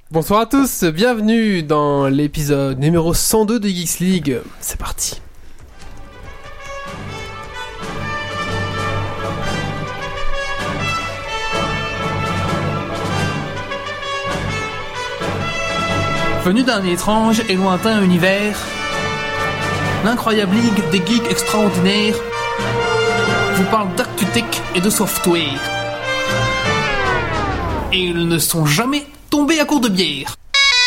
Bonsoir à tous, bienvenue dans l'épisode numéro 102 de Geeks League. C'est parti. Venu d'un étrange et lointain univers, l'incroyable ligue des geeks extraordinaires vous parle d'actu-tech et de software. Et ils ne sont jamais tombés à court de bière.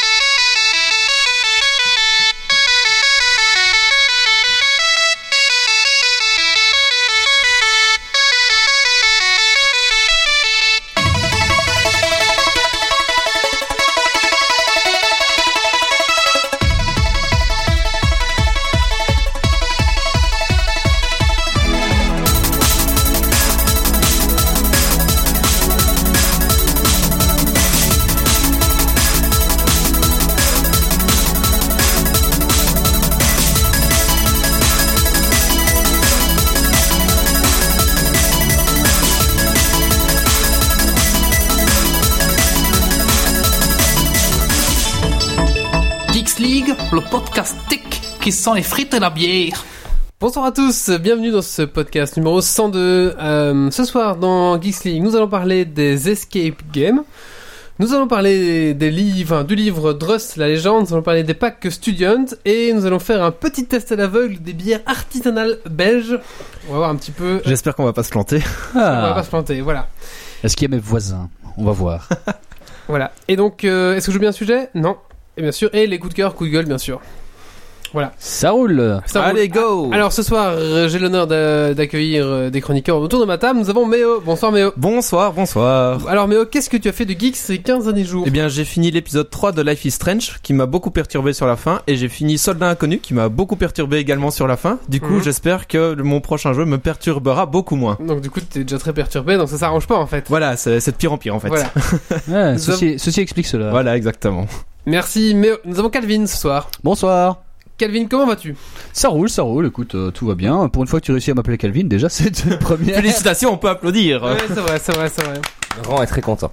Le podcast tech qui sent les frites et la bière. Bonsoir à tous, bienvenue dans ce podcast numéro 102. Ce soir dans Geeks League, nous allons parler des escape games. Nous allons parler des livres, du livre Drust, la légende. Nous allons parler des packs Student et nous allons faire un petit test à l'aveugle des bières artisanales belges. On va voir un petit peu. J'espère qu'on va pas se planter. On va pas se planter, voilà. Est-ce qu'il y a mes voisins ? On va voir. Voilà. Et donc, est-ce que je joue bien le sujet ? Non. Et bien sûr, et les coups de cœur, coups de gueule, bien sûr. Voilà. Ça roule. Allez, go. Alors ce soir, j'ai l'honneur d'accueillir des chroniqueurs autour de ma table. Nous avons Méo. Bonsoir Méo. Bonsoir. Alors Méo, qu'est-ce que tu as fait de geek ces 15 derniers jours ? Eh bien, j'ai fini l'épisode 3 de Life is Strange, qui m'a beaucoup perturbé sur la fin, et j'ai fini Soldat Inconnu, qui m'a beaucoup perturbé également sur la fin. Du coup, j'espère que mon prochain jeu me perturbera beaucoup moins. Donc du coup, t'es déjà très perturbé, donc ça s'arrange pas en fait. Voilà, c'est de pire en pire en fait. Voilà. Ouais, ceci explique cela. Voilà, exactement. Merci Méo. Nous avons Calvin ce soir. Bonsoir. Calvin, comment vas-tu ? Ça roule, écoute, tout va bien. Pour une fois que tu réussis à m'appeler Calvin, déjà c'est une première. Félicitations, on peut applaudir. Ouais, c'est vrai. Laurent est très content.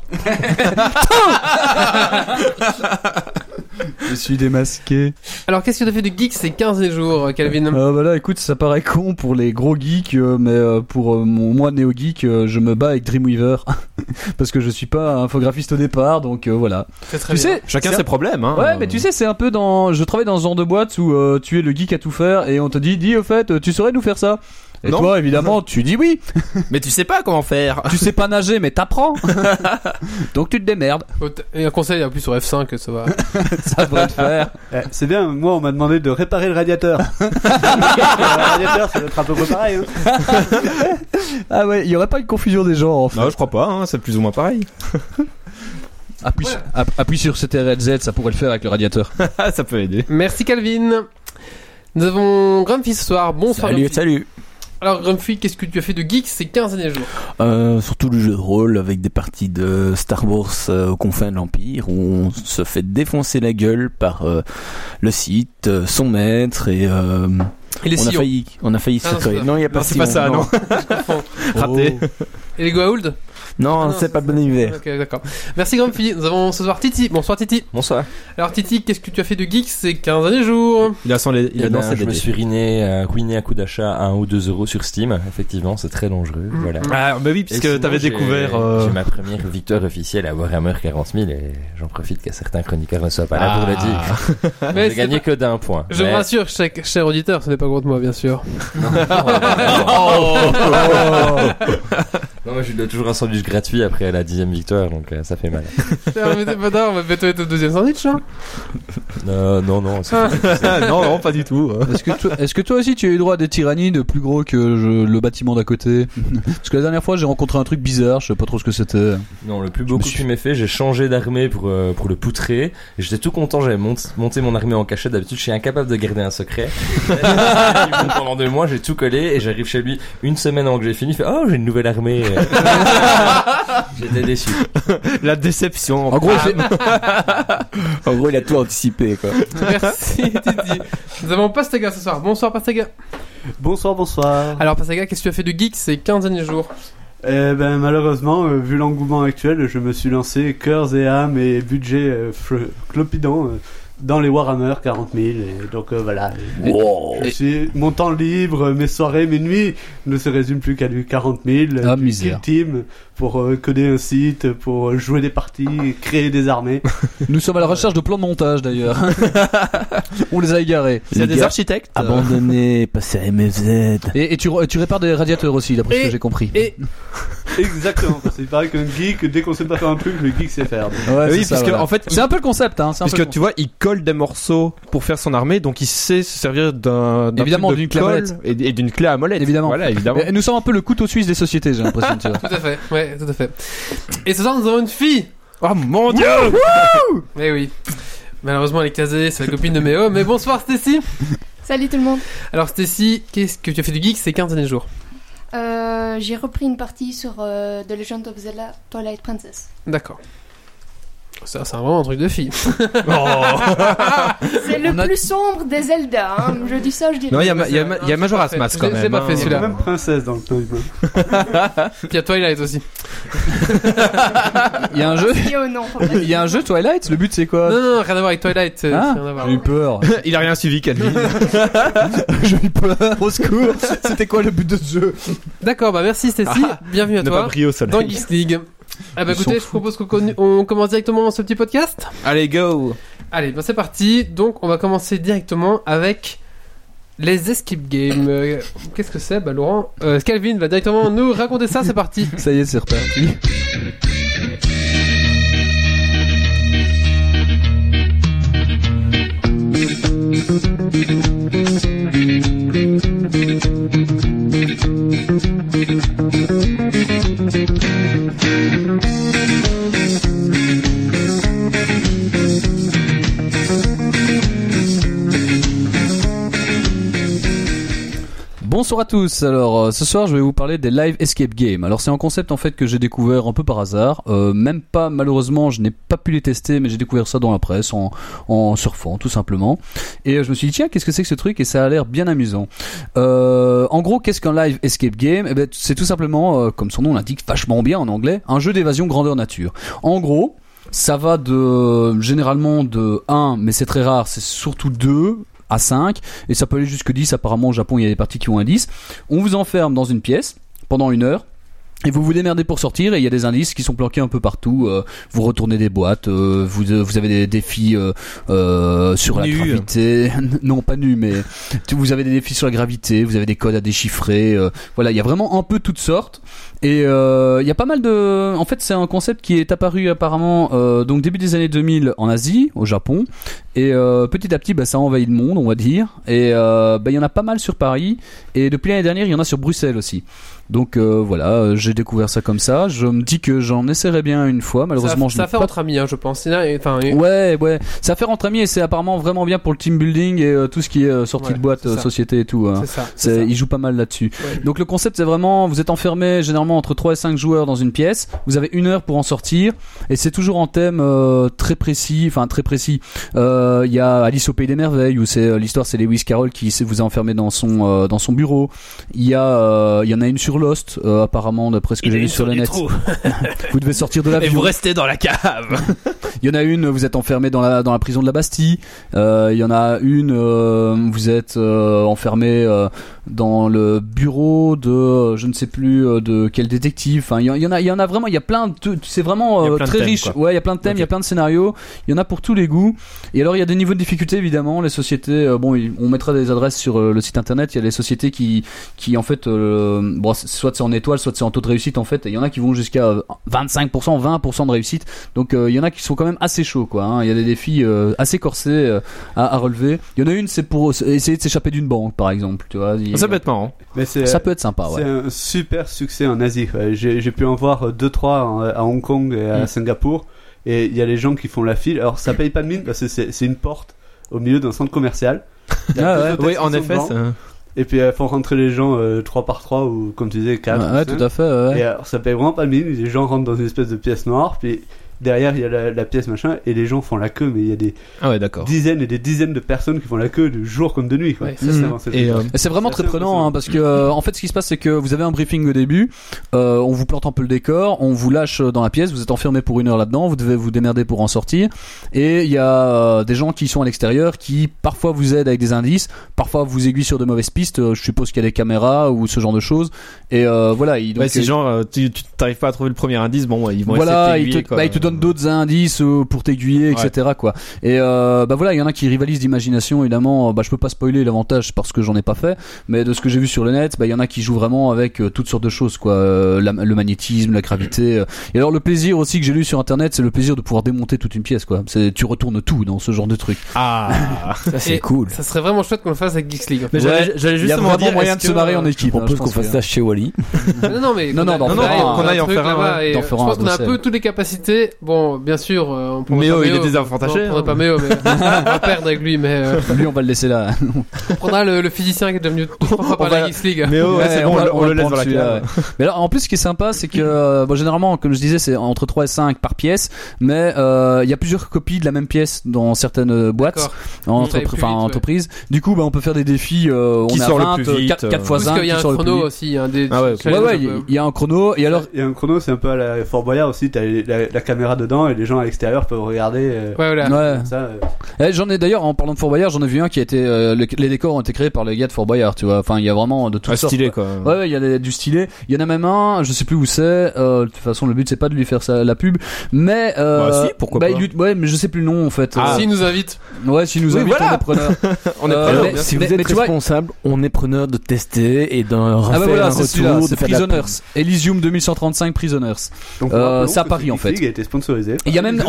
Je suis démasqué. Alors qu'est-ce que tu as fait de geek ces 15 derniers jours, Calvin ? Bah là, écoute, ça paraît con pour les gros geeks, mais pour moi néo-geek, je me bats avec Dreamweaver. Parce que je suis pas infographiste au départ, donc voilà. Très Tu bien. sais, Chacun ses problèmes, hein. Ouais, mais tu sais, c'est un peu je travaille dans ce genre de boîte où tu es le geek à tout faire et on te dit au fait, tu saurais nous faire ça. Et Non. toi, évidemment, tu dis oui. Mais tu sais pas comment faire. Tu sais pas nager, mais t'apprends. Donc tu te démerdes. Et un conseil, en plus sur F5, ça va. Ça devrait te faire. C'est bien, moi on m'a demandé de réparer le radiateur. Le radiateur, ça doit être un peu pareil. Hein. Ah ouais, il y aurait pas une confusion des genres en fait. Non, je crois pas, hein, c'est plus ou moins pareil. Appuie sur CTRL-Z, ça pourrait le faire avec le radiateur. Ça peut aider. Merci Calvin. Nous avons Grumpy ce soir. Bonsoir Grumpy. Salut. Alors Grumpy, qu'est-ce que tu as fait de geek ces 15 derniers jours ? Surtout le jeu de rôle avec des parties de Star Wars aux confins de l'Empire où on se fait défoncer la gueule par le Sith, son maître et les Sillons. on a failli se tuer. Non, il y a pas c'est pas ça, non. Raté. Et les Goa'uld ? Non, c'est pas le bon univers. Ok, d'accord. Merci Grumpy. Nous avons ce soir Titi. Bonsoir Titi. Bonsoir. Alors Titi, qu'est-ce que tu as fait de geek ces 15 derniers jours ? Il a dansé Je me suis ruiné à coup d'achat à 1 ou 2 euros sur Steam. Effectivement, c'est très dangereux. Voilà. Ah, bah oui, puisque Et sinon, t'avais découvert. J'ai ma première victoire officielle à Warhammer 40 000 et j'en profite qu'à certains chroniqueurs ne soient pas là pour le dire. Mais J'ai gagné que d'un point. Je vous rassure, cher auditeur, ce n'est pas contre moi, bien sûr. Non, moi je lui donne toujours un sandwich gratuit après la 10e victoire, donc ça fait mal. On va bientôt être au deuxième sandwich, hein. Non. Non, pas du tout. Est-ce que toi aussi tu as eu droit à des tyrannides plus gros que le bâtiment d'à côté ? Parce que la dernière fois j'ai rencontré un truc bizarre, je sais pas trop ce que c'était. Non, le plus beau coup qui m'est fait, j'ai changé d'armée pour le poutrer. Et j'étais tout content, j'avais monté mon armée en cachette. D'habitude, je suis incapable de garder un secret. Pendant 2 mois, j'ai tout collé et j'arrive chez lui une semaine avant que j'ai fini. Il fait oh, j'ai une nouvelle armée. J'étais déçu. La déception. En gros, En gros, il a tout anticipé, quoi. Merci Titi. Nous avons Pastaga ce soir. Bonsoir Pastaga. Bonsoir. Alors Pastaga, qu'est-ce que tu as fait de geek ces 15 derniers jours ? Malheureusement, vu l'engouement actuel, je me suis lancé cœurs et âmes et budget clopidant dans les Warhammer 40 000. Et donc voilà. Mon temps libre, mes soirées, mes nuits ne se résument plus qu'à du 40 000. Ah, du misère. Kill Team pour coder un site, pour jouer des parties, créer des armées. Nous sommes à la recherche de plans de montage d'ailleurs. On les a égarés. Il y a des architectes. Abandonné, passé à MFZ. Et tu répares des radiateurs aussi, d'après ce que j'ai compris. Exactement, parce qu'il paraît qu'un geek, dès qu'on sait pas faire un truc, le geek sait faire. Donc. Ouais, Oui, c'est ça, parce que voilà. en fait, C'est un peu le concept, hein. parce que tu vois, il colle des morceaux pour faire son armée, donc il sait se servir d'un Évidemment, truc de d'une clé à colle molette. et d'une clé à molette. Évidemment. Voilà, évidemment. Nous sommes un peu le couteau suisse des sociétés, j'ai l'impression. Tu vois. Tout à fait, ouais, tout à fait. Et ce soir, nous avons une fille. Oh mon dieu! Mais oui. Malheureusement, elle est casée, c'est la copine de Méo. Mais bonsoir, Stacy. Salut tout le monde. Alors, Stacy, qu'est-ce que tu as fait du geek ces 15 derniers jours? J'ai repris une partie sur The Legend of Zelda Twilight Princess. D'accord. Ça, c'est vraiment un truc de fille. C'est le plus sombre des Zelda, hein. Je dis ça, je dis Non, il y a Non, Majora's c'est pas Mask fait. quand Je l'ai même. pas fait, Il y a celui-là. quand même princesse dans le truc. Puis il y a Twilight aussi. Il y a un jeu. Oh non, faut pas Il y a un jeu Twilight. Le but c'est quoi? Non, non, rien à voir avec Twilight. Ah, rien à voir. j'ai eu peur. Il a rien suivi, Calvin. J'ai eu peur. Au secours. C'était quoi le but de ce jeu? D'accord, bah merci Stacy. Bienvenue à Ne pas toi briller au soleil. dans Geeks League. Ah bah Ils sont écoutez, je fous. propose qu'on commence directement dans ce petit podcast. Allez, go! Allez, bah c'est parti. Donc on va commencer directement avec les escape games. Qu'est-ce que c'est? Bah Laurent, Calvin va directement nous raconter ça, c'est parti. Ça y est, c'est reparti. Bonsoir à tous. Alors ce soir je vais vous parler des live escape games. Alors c'est un concept en fait que j'ai découvert un peu par hasard, même pas malheureusement je n'ai pas pu les tester, mais j'ai découvert ça dans la presse en surfant tout simplement. Et je me suis dit tiens, qu'est-ce que c'est que ce truc, et ça a l'air bien amusant. En gros, qu'est-ce qu'un live escape game? Eh ben c'est tout simplement comme son nom l'indique vachement bien en anglais, un jeu d'évasion grandeur nature. En gros, ça va généralement de 1, mais c'est très rare, c'est surtout 2 à 5, et ça peut aller jusque 10. Apparemment au Japon il y a des parties qui ont un 10. On vous enferme dans une pièce pendant 1 heure et vous vous démerdez pour sortir, et il y a des indices qui sont planqués un peu partout. Vous retournez des boîtes, vous avez des défis sur la gravité. Non, pas nu, mais vous avez des défis sur la gravité, vous avez des codes à déchiffrer. Voilà, il y a vraiment un peu toutes sortes. Et il y a pas mal de... En fait, c'est un concept qui est apparu apparemment donc début des années 2000 en Asie, au Japon. Et petit à petit, ça envahit le monde, on va dire. Et il y en a pas mal sur Paris. Et depuis l'année dernière, il y en a sur Bruxelles aussi. Donc voilà, j'ai découvert ça comme ça. Je me dis que j'en essaierai bien une fois. Malheureusement, ça fait entre amis, hein, je pense. Enfin, Ouais, ça fait entre amis, et c'est apparemment vraiment bien pour le team building et tout ce qui est sortie de boîte, société et tout. Hein. c'est ça. Ils jouent pas mal là-dessus. Ouais. Donc le concept, c'est vraiment, vous êtes enfermé généralement entre 3 et 5 joueurs dans une pièce. Vous avez 1 heure pour en sortir, et c'est toujours en thème très précis. Enfin très précis. Il y a Alice au pays des merveilles, où c'est l'histoire, c'est Lewis Carroll qui vous a enfermé dans son bureau. Il y en a une sur Lost, apparemment d'après ce que j'ai vu sur le net. Vous devez sortir de l'avion. Et vous restez dans la cave. Il y en a une, vous êtes enfermé dans la prison de la Bastille. Il y en a une, vous êtes enfermé dans le bureau de je ne sais plus de quel détective. Enfin, il y en a vraiment, il y a plein de, c'est vraiment très riche. Quoi. Ouais, il y a plein de thèmes, il y a plein de scénarios. Il y en a pour tous les goûts. Et alors il y a des niveaux de difficulté évidemment. Les sociétés, on mettra des adresses sur le site internet. Il y a les sociétés qui en fait, soit c'est en étoile, soit c'est en taux de réussite en fait. Et il y en a qui vont jusqu'à 25%, 20% de réussite. Donc il y en a qui sont quand même assez chauds quoi. Hein. Il y a des défis assez corsés à relever. Il y en a une, c'est pour essayer de s'échapper d'une banque par exemple. Tu vois. Ça peut être marrant. Mais ça peut être sympa. C'est un super succès en Asie. Ouais. J'ai pu en voir 2-3 à Hong Kong et à Singapour. Et il y a les gens qui font la file. Alors ça paye pas de mine parce que c'est une porte au milieu d'un centre commercial. Oui, en effet. Et puis il faut rentrer les gens 3 par 3 ou comme tu disais 4. Ouais, tout à fait. Ouais. Et alors, ça paye vraiment pas de mine. Les gens rentrent dans une espèce de pièce noire. Puis derrière il y a la pièce machin, et les gens font la queue, mais il y a des Ah ouais, d'accord. dizaines et des dizaines de personnes qui font la queue de jour comme de nuit, quoi. Ouais, c'est ça. Avant cette Et, époque. Et c'est vraiment C'est très assez prenant, hein, parce que en fait ce qui se passe c'est que vous avez un briefing au début, on vous plante un peu le décor, on vous lâche dans la pièce, vous êtes enfermé pour 1 heure là-dedans, vous devez vous démerder pour en sortir, et il y a des gens qui sont à l'extérieur qui parfois vous aident avec des indices, parfois vous aiguillent sur de mauvaises pistes, je suppose qu'il y a des caméras ou ce genre de choses, et voilà. Donc, Ouais, si genre tu t'arrives pas à trouver le premier indice, bon, ils vont voilà, essayer de t'aiguiller, quoi. ils te donnent d'autres indices pour t'aiguiller, etc. quoi. Et voilà, il y en a qui rivalisent d'imagination, évidemment. Je peux pas spoiler l'avantage parce que j'en ai pas fait, mais de ce que j'ai vu sur le net, il y en a qui jouent vraiment avec toutes sortes de choses, quoi. Le magnétisme, la gravité. Et alors le plaisir aussi que j'ai lu sur internet, c'est le plaisir de pouvoir démonter toute une pièce, quoi. Tu retournes tout dans ce genre de truc. Ah, Ça, c'est Et cool. Ça serait vraiment chouette qu'on le fasse avec Geeks League. mais Ouais, j'allais Il y a justement vraiment dire moyen de est-ce se que, marrer en équipe. Je propose je qu'on pense fasse que- ça chez Wally. Non, mais Non, non, qu'on d'en aille- faire un, qu'on qu'on aille en truc faire un, là-bas, et d'en je faire un pense à qu'on a un Bruxelles. peu toutes les capacités. Bon, bien sûr, on prendra Méo, pas il est Méo. désavantagé, Non, on prendra hein. pas Méo, mais on va perdre avec lui, mais Lui, on va le laisser là. on prendra le physicien qui est devenu 3 fois par la Geeks League. Mais ouais, c'est bon, on le laisse prendre dans la celui-là, cave. ouais. Mais alors, en plus, ce qui est sympa, c'est que généralement, comme je disais, c'est entre 3 et 5 par pièce, mais il y a plusieurs copies de la même pièce dans certaines boîtes, D'accord. Ça va plus vite, ouais. entreprises. Du coup, on peut faire des défis. On Qui est à sort le 20, plus vite, 4 x Parce 5 qu'il y a qui un sort le plus chrono vite. aussi, hein, des Ah ouais, Ouais, challenges ouais, un peu. il y a un chrono. Et alors, Il y a un chrono, c'est un peu à la Fort Boyard aussi, t'as la caméra dedans et les gens à l'extérieur peuvent regarder. Ouais, voilà. ouais. Comme ça, J'en ai d'ailleurs, en parlant de Fort Boyard, j'en ai vu un qui a été, les décors ont été créés par les gars de Fort Boyard, tu vois. Enfin, il y a vraiment de toutes Ah, sortes. stylé, quoi. Ouais, il y a du stylé. Il y en a même un, je sais plus où c'est. De toute façon, le but c'est pas de lui faire la pub, mais Bah, si, pourquoi pas. ouais, mais je sais plus le nom en fait. Ah. S'il nous invite. Ouais, s'il nous Oui, invite, voilà. on est preneur. On est Euh, preneur, mais- bien Si sûr. vous êtes mais tu vois- responsable, on est preneur de tester et d'en refaire Ah bah voilà, un c'est celui-là, retour, de c'est faire de la pub. Prisoners. Elysium 2135 Prisoners. donc, c'est à Paris, en fait. Il a été sponsorisé. Et il y a même, en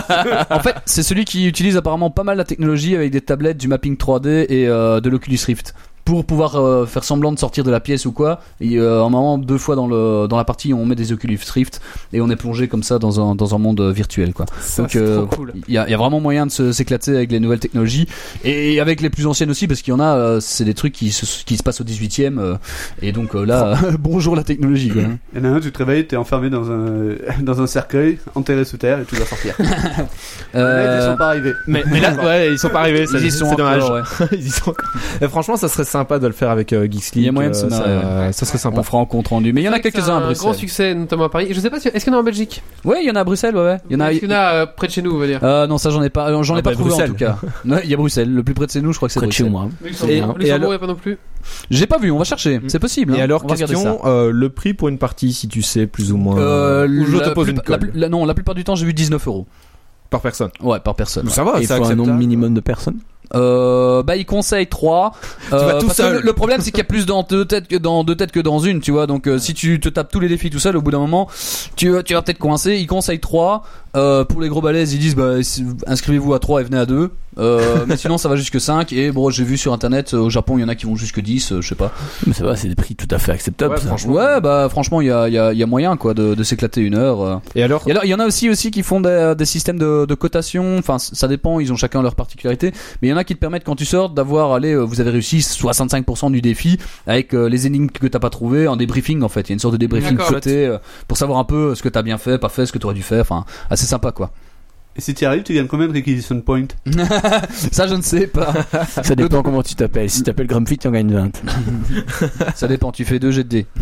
fait, c'est celui qui utilise apparemment pas mal la technologie avec des tablettes, du mapping 3D et de l'Oculus Rift. Pour pouvoir faire semblant de sortir de la pièce ou quoi, et un moment, 2 fois dans la partie, on met des Oculus Rift et on est plongé comme ça dans un monde virtuel, quoi. Ça, Donc c'est trop cool. il y a vraiment moyen de s'éclater avec les nouvelles technologies et avec les plus anciennes aussi, parce qu'il y en a, c'est des trucs qui se passent au 18e, et donc là, bonjour la technologie, quoi. Il y en a un, tu te réveilles, t'es enfermé dans un cercueil, enterré sous terre et tu dois sortir. Les mecs, ils sont pas arrivés. Mais là, ouais, ils sont pas arrivés, Ils y c'est sont dommage. encore, ouais. Ils y sont encore. Et franchement, ça serait sympa de le faire avec Geeks League. Il y a moyen de se marrer, ça serait sympa. On fera en compte rendu, mais il y en a quelques-uns à Un Bruxelles. grand succès, notamment à Paris. Je sais pas si. Est-ce qu'il y en a en Belgique? Ouais, il y en a à Bruxelles, ouais. Il y en a. Est-ce qu'il y en a près de chez nous, on va dire? Non, ça j'en ai pas, Ah pas bah, trouvé Bruxelles. en tout cas. Ouais, il y a Bruxelles, le plus près de chez nous, je crois que c'est Près de chez Bruxelles. moi. Luxembourg, et il alors- n'y a pas non plus. J'ai pas vu, on va chercher. C'est possible. Et hein. alors, On va regarder question, le prix pour une partie, si tu sais plus ou moins. Ou je te pose une colle. Non, la plupart du temps, j'ai vu 19 €. Par personne. Ouais, par personne. Ça va, Il c'est faut un nombre acceptable. minimum de personnes. Il conseille 3. vas tout parce que seul. le problème, c'est qu'il y a plus dans deux têtes que dans une, tu vois. Donc, si tu te tapes tous les défis tout seul, au bout d'un moment, tu vas peut-être coincer. Il conseille 3. Pour les gros balèzes, ils disent, inscrivez-vous à 3 et venez à 2. Mais sinon, ça va jusque 5. Et bon, j'ai vu sur internet, au Japon, il y en a qui vont jusque 10, je sais pas. Mais ça va, c'est des prix tout à fait acceptables. Ouais, ça. franchement. Ouais, franchement, il y a moyen, quoi, de s'éclater 1 heure. Et alors, Et alors, il y en a aussi qui font des systèmes de cotation. Enfin, ça dépend, ils ont chacun leur particularité. Mais il y en a qui te permettent, quand tu sors, d'avoir, vous avez réussi 65% du défi avec les énigmes que t'as pas trouvé en débriefing, en fait. Il y a une sorte de débriefing D'accord. côté pour savoir un peu ce que t'as bien fait, pas fait, ce que t'aurais dû faire. Enfin, assez sympa, quoi. Et si tu y arrives, tu gagnes combien de Requisition Point? Ça, je ne sais pas. Ça dépend comment tu t'appelles. Si tu t'appelles Grumpy, tu en gagnes 20. Ça dépend, tu fais 2 jets de dés.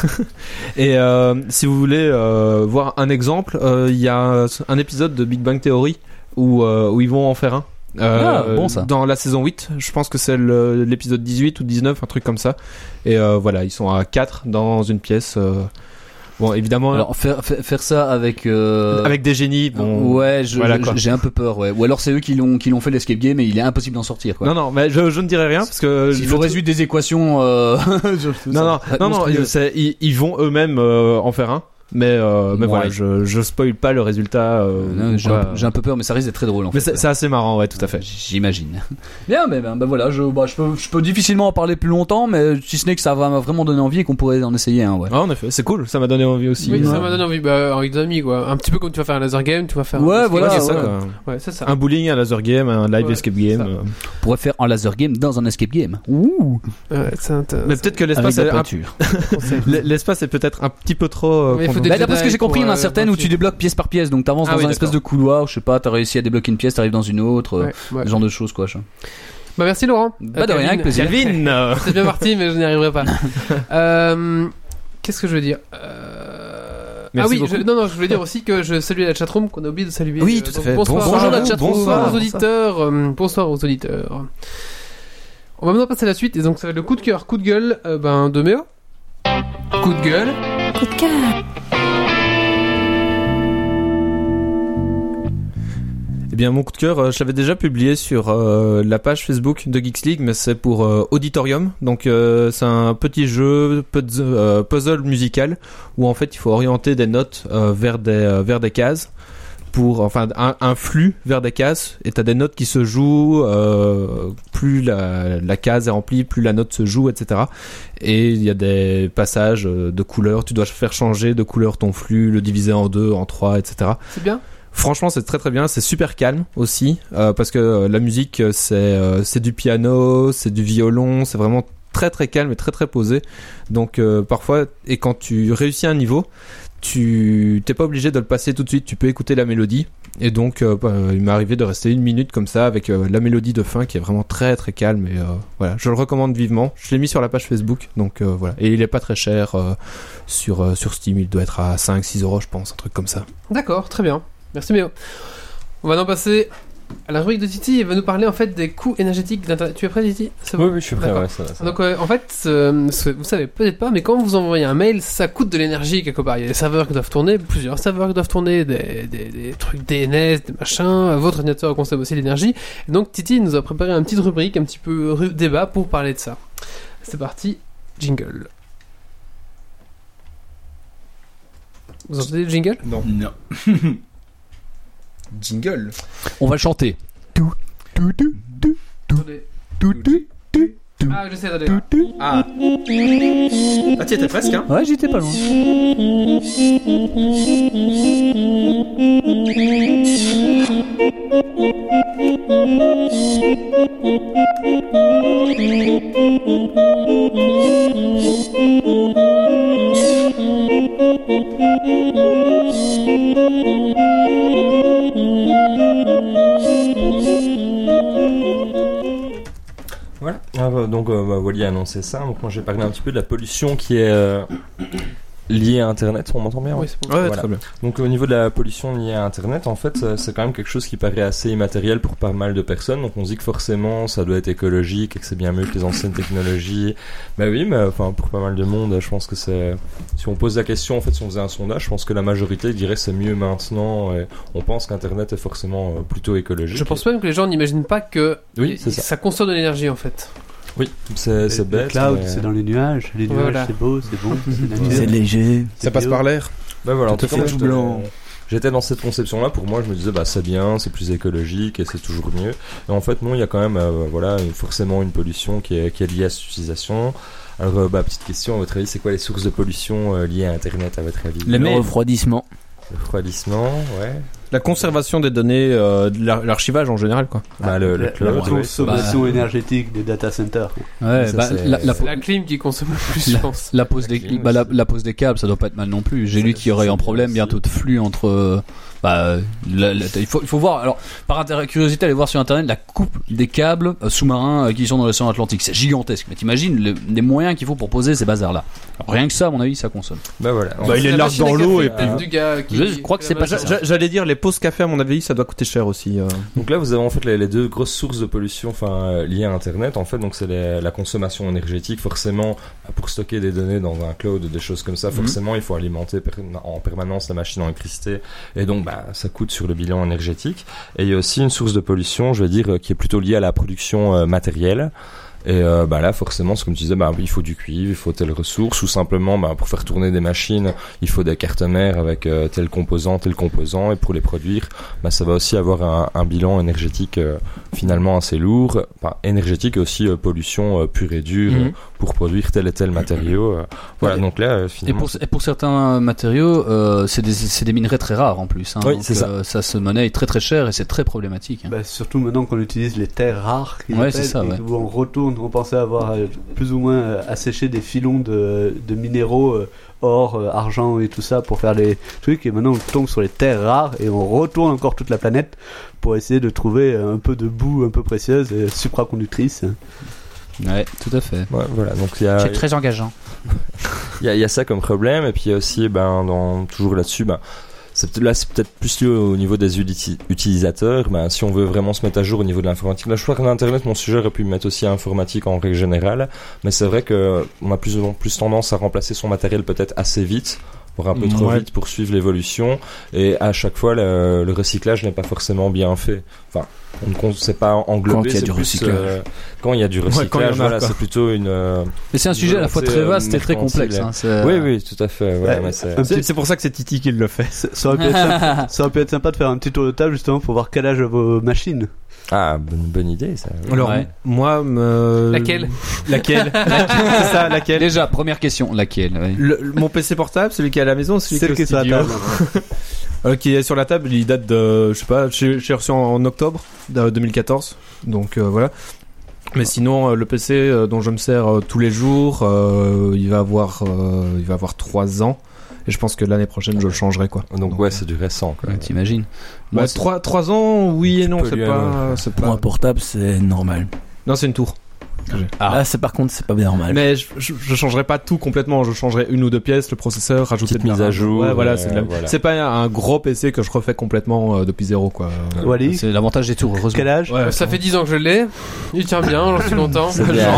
et si vous voulez voir un exemple, il y a un épisode de Big Bang Theory où ils vont en faire un. Bon, ça. Dans la saison 8, je pense que c'est l'épisode 18 ou 19, un truc comme ça. Et voilà, ils sont à 4 dans une pièce. Bon, évidemment, Alors, faire ça avec avec des génies. Bon, ouais, voilà, quoi. j'ai un peu peur, ouais. Ou alors c'est eux qui l'ont fait l'escape game et il est impossible d'en sortir, quoi. Non, mais je ne dirais rien parce que Il faut résoudre des équations. Non, ils vont eux-mêmes en faire un. Mais Ouais. voilà, je spoil pas le résultat. Non, j'ai quoi. un peu peur, mais ça risque d'être très drôle, en Mais fait. c'est assez marrant, ouais, tout à fait. J'imagine. Bien, mais voilà, je peux difficilement en parler plus longtemps, mais si ce n'est que ça va vraiment donner envie et qu'on pourrait en essayer un, ouais. Ah, en effet, c'est cool, ça m'a donné envie aussi. Oui, Ouais. ça m'a donné envie. Avec des amis, quoi. Un petit peu comme tu vas faire un laser game, tu vas faire. Ouais, un voilà, escape c'est ça, game, quoi. Ouais, c'est ça. Un bowling, un laser game, un live Ouais, escape game. ça. On pourrait faire un laser game dans un escape game. Ouh. Ouais, c'est Mais peut-être que Avec l'espace de la est peinture. l'espace est peut-être un petit peu trop Mais il faut des Bah, d'après ce que Jedi j'ai compris, il y en a pour, certaines où tu débloques pièce par pièce, donc t'avances Ah dans oui, un espèce de d'accord. couloir, je sais pas, t'as réussi à débloquer une pièce, t'arrives dans une autre, Ouais. ce genre de choses quoi. Bah merci Laurent. Bah de rien, avec plaisir. Calvin C'est bien parti, mais je n'y arriverai pas. Qu'est-ce que je veux dire Merci Ah oui, beaucoup. je voulais dire aussi que je salue la chatroom qu'on a oublié de saluer. Oui, tout à donc fait. Bonsoir, Bonsoir à la vous, chatroom, bonsoir. aux auditeurs. Bonsoir aux auditeurs. On va maintenant passer à la suite, et donc ça va être le coup de cœur, coup de gueule de Méo. Coup de gueule. Coup de cœur. Eh bien, mon coup de cœur, je l'avais déjà publié sur la page Facebook de Geeks League, mais c'est pour Auditorium. Donc, c'est un petit jeu puzzle musical où en fait il faut orienter des notes vers des cases. Un flux vers des cases, et t'as des notes qui se jouent, plus la case est remplie, plus la note se joue, etc. Et il y a des passages de couleurs, tu dois faire changer de couleur ton flux, le diviser en 2, en 3, etc. C'est bien. Franchement, c'est très très bien, c'est super calme aussi, parce que la musique c'est du piano, c'est du violon, c'est vraiment très très calme et très très posé. Donc parfois, et quand tu réussis un niveau, tu t'es pas obligé de le passer tout de suite, tu peux écouter la mélodie. Et donc il m'est arrivé de rester 1 minute comme ça avec la mélodie de fin qui est vraiment très très calme, et voilà, je le recommande vivement. Je l'ai mis sur la page Facebook, donc voilà, et il est pas très cher sur Steam, il doit être à 5-6 euros je pense, un truc comme ça. D'accord, très bien. Merci Méo. On va maintenant passer à la rubrique de Titi. Il va nous parler en fait des coûts énergétiques d'Internet. Tu es prêt, Titi? C'est bon. Oui, je suis prêt, D'accord. ouais, ça va. Donc en fait, vous savez peut-être pas, mais quand vous envoyez un mail, ça coûte de l'énergie quelque part. Il y a des serveurs qui doivent tourner, plusieurs serveurs qui doivent tourner, des trucs DNS, des machins. Votre ordinateur consomme aussi de l'énergie. Et donc Titi nous a préparé une petite rubrique, un petit peu débat pour parler de ça. C'est parti, jingle. Vous entendez le jingle? Non. Jingle. On va chanter. Attendez. Ah, je sais, attendez. Ah, tu étais presque, hein. Ouais, j'étais pas loin. Voilà. Donc Wally a annoncé ça. Donc moi j'ai parlé un petit peu de la pollution qui est liée à Internet. On m'entend bien? Oui, c'est bon. Ouais, Voilà. très bien. Donc au niveau de la pollution liée à Internet, en fait, c'est quand même quelque chose qui paraît assez immatériel pour pas mal de personnes. Donc on se dit que forcément ça doit être écologique et que c'est bien mieux que les anciennes technologies. Bah oui, mais enfin pour pas mal de monde, je pense que c'est. Si on pose la question, en fait, si on faisait un sondage, je pense que la majorité dirait c'est mieux maintenant. Et on pense qu'Internet est forcément plutôt écologique. Je pense même que les gens n'imaginent pas que Oui, c'est ça. ça consomme de l'énergie en fait. Oui, c'est Le bête. cloud, mais- c'est dans les nuages. Les nuages, Voilà. c'est beau, c'est bon, c'est nature. C'est léger. Ça passe par l'air. Bah voilà, en Tout tout à cas, fait. moi, j'étais dans cette conception-là. Pour moi, je me disais, bah c'est bien, c'est plus écologique et c'est toujours mieux. Et en fait, non, il y a quand même, forcément une pollution qui est liée à cette utilisation. Alors, petite question, à votre avis, c'est quoi les sources de pollution liées à Internet, à votre avis? Les Le mails. refroidissement. Le refroidissement, ouais. La conservation des données, de l'archivage en général, quoi. Bah, le La cloud, ouais. consommation énergétique des data centers. Ouais, Ça, bah, c'est- C'est la clim qui consomme le plus, je pense. La pose des, clim bah, aussi. la pose des câbles, ça doit pas être mal non plus. J'ai lu qu'il y aurait un problème bientôt de flux entre. Il faut voir. Alors, par curiosité, aller voir sur internet la coupe des câbles sous-marins qui sont dans l'océan Atlantique. C'est gigantesque. Mais t'imagines les moyens qu'il faut pour poser ces bazars-là. Alors, rien que ça, à mon avis, ça consomme. Bah voilà. Bah, il est La large machine dans à l'eau café et puis. du gars qui- Je crois que c'est pas ça. J'allais dire, les pauses café, à mon avis, ça doit coûter cher aussi. Donc là, vous avez en fait les deux grosses sources de pollution, liées à Internet. En fait, donc c'est la consommation énergétique. Forcément, pour stocker des données dans un cloud, des choses comme ça, forcément, il faut alimenter en permanence la machine en électricité, et donc bah ça coûte sur le bilan énergétique. Et il y a aussi une source de pollution, je vais dire, qui est plutôt liée à la production matérielle. Et bah là, forcément, c'est comme tu disais, bah il faut du cuivre, il faut telle ressource, ou simplement, bah pour faire tourner des machines, il faut des cartes mères avec tel composant, et pour les produire, bah ça va aussi avoir un bilan énergétique finalement assez lourd, enfin énergétique et aussi pollution pure et dure pour produire tel et tel matériau. Voilà, donc là, Et finalement. pour certains matériaux, c'est des minerais très rares en plus. Hein. Oui, Donc, c'est ça. ça se monnaie très très cher et c'est très problématique. Hein. Bah, surtout maintenant qu'on utilise les terres rares, qu'ils Ouais, appellent, c'est ça, et ouais. où on retourne On pensait avoir plus ou moins asséché des filons de minéraux, or, argent et tout ça pour faire les trucs. Et maintenant, on tombe sur les terres rares et on retourne encore toute la planète pour essayer de trouver un peu de boue un peu précieuse et supraconductrice. Ouais, tout à fait. Ouais, voilà, donc il y a. C'est très engageant. Il y a ça comme problème, et puis il y a aussi, toujours là-dessus, c'est peut-être plus lié au niveau des utilisateurs. Si on veut vraiment se mettre à jour au niveau de l'informatique, là je crois qu'en internet mon sujet aurait pu me mettre aussi à informatique en règle générale, mais c'est vrai que on a plus tendance à remplacer son matériel peut-être assez vite, voire un peu trop vite pour suivre l'évolution, et à chaque fois le recyclage n'est pas forcément bien fait. Enfin, on ne sait pas englober. Quand il y a du recyclage. Quand il y a du recyclage, voilà, c'est plutôt une. Mais c'est un sujet à la fois très vaste et très complexe. Oui, tout à fait. Voilà, mais C'est pour ça que c'est Titi qui le fait. Ça aurait pu être sympa de faire un petit tour de table justement pour voir quel âge vos machines. Ah, bonne idée ça. Alors, moi, Laquelle c'est ça, laquelle Déjà, première question, laquelle Mon PC portable, celui qui est à la maison, celui Celle qui est sur la table. Qui est sur la table, il date de, je sais pas, j'ai reçu en octobre 2014, donc voilà. Mais sinon, le PC dont je me sers tous les jours, il va avoir 3 ans. Et je pense que l'année prochaine, je le changerai, quoi. Donc c'est du récent, quoi. Ouais, t'imagines. 3 ans, oui et non, c'est Pour pas... un portable, c'est normal. Non, c'est une tour. Par contre, c'est pas bien normal. Mais je changerai pas tout complètement, je changerai 1 ou 2 pièces, le processeur, rajouter petite mise à jour. Ouais, voilà, c'est pas un gros PC que je refais complètement depuis zéro, quoi. Wally, C'est l'avantage des tours, heureusement. quel âge? Ouais, ça fait 10 ans que je l'ai. Il tient bien, j'en suis content. C'est bien.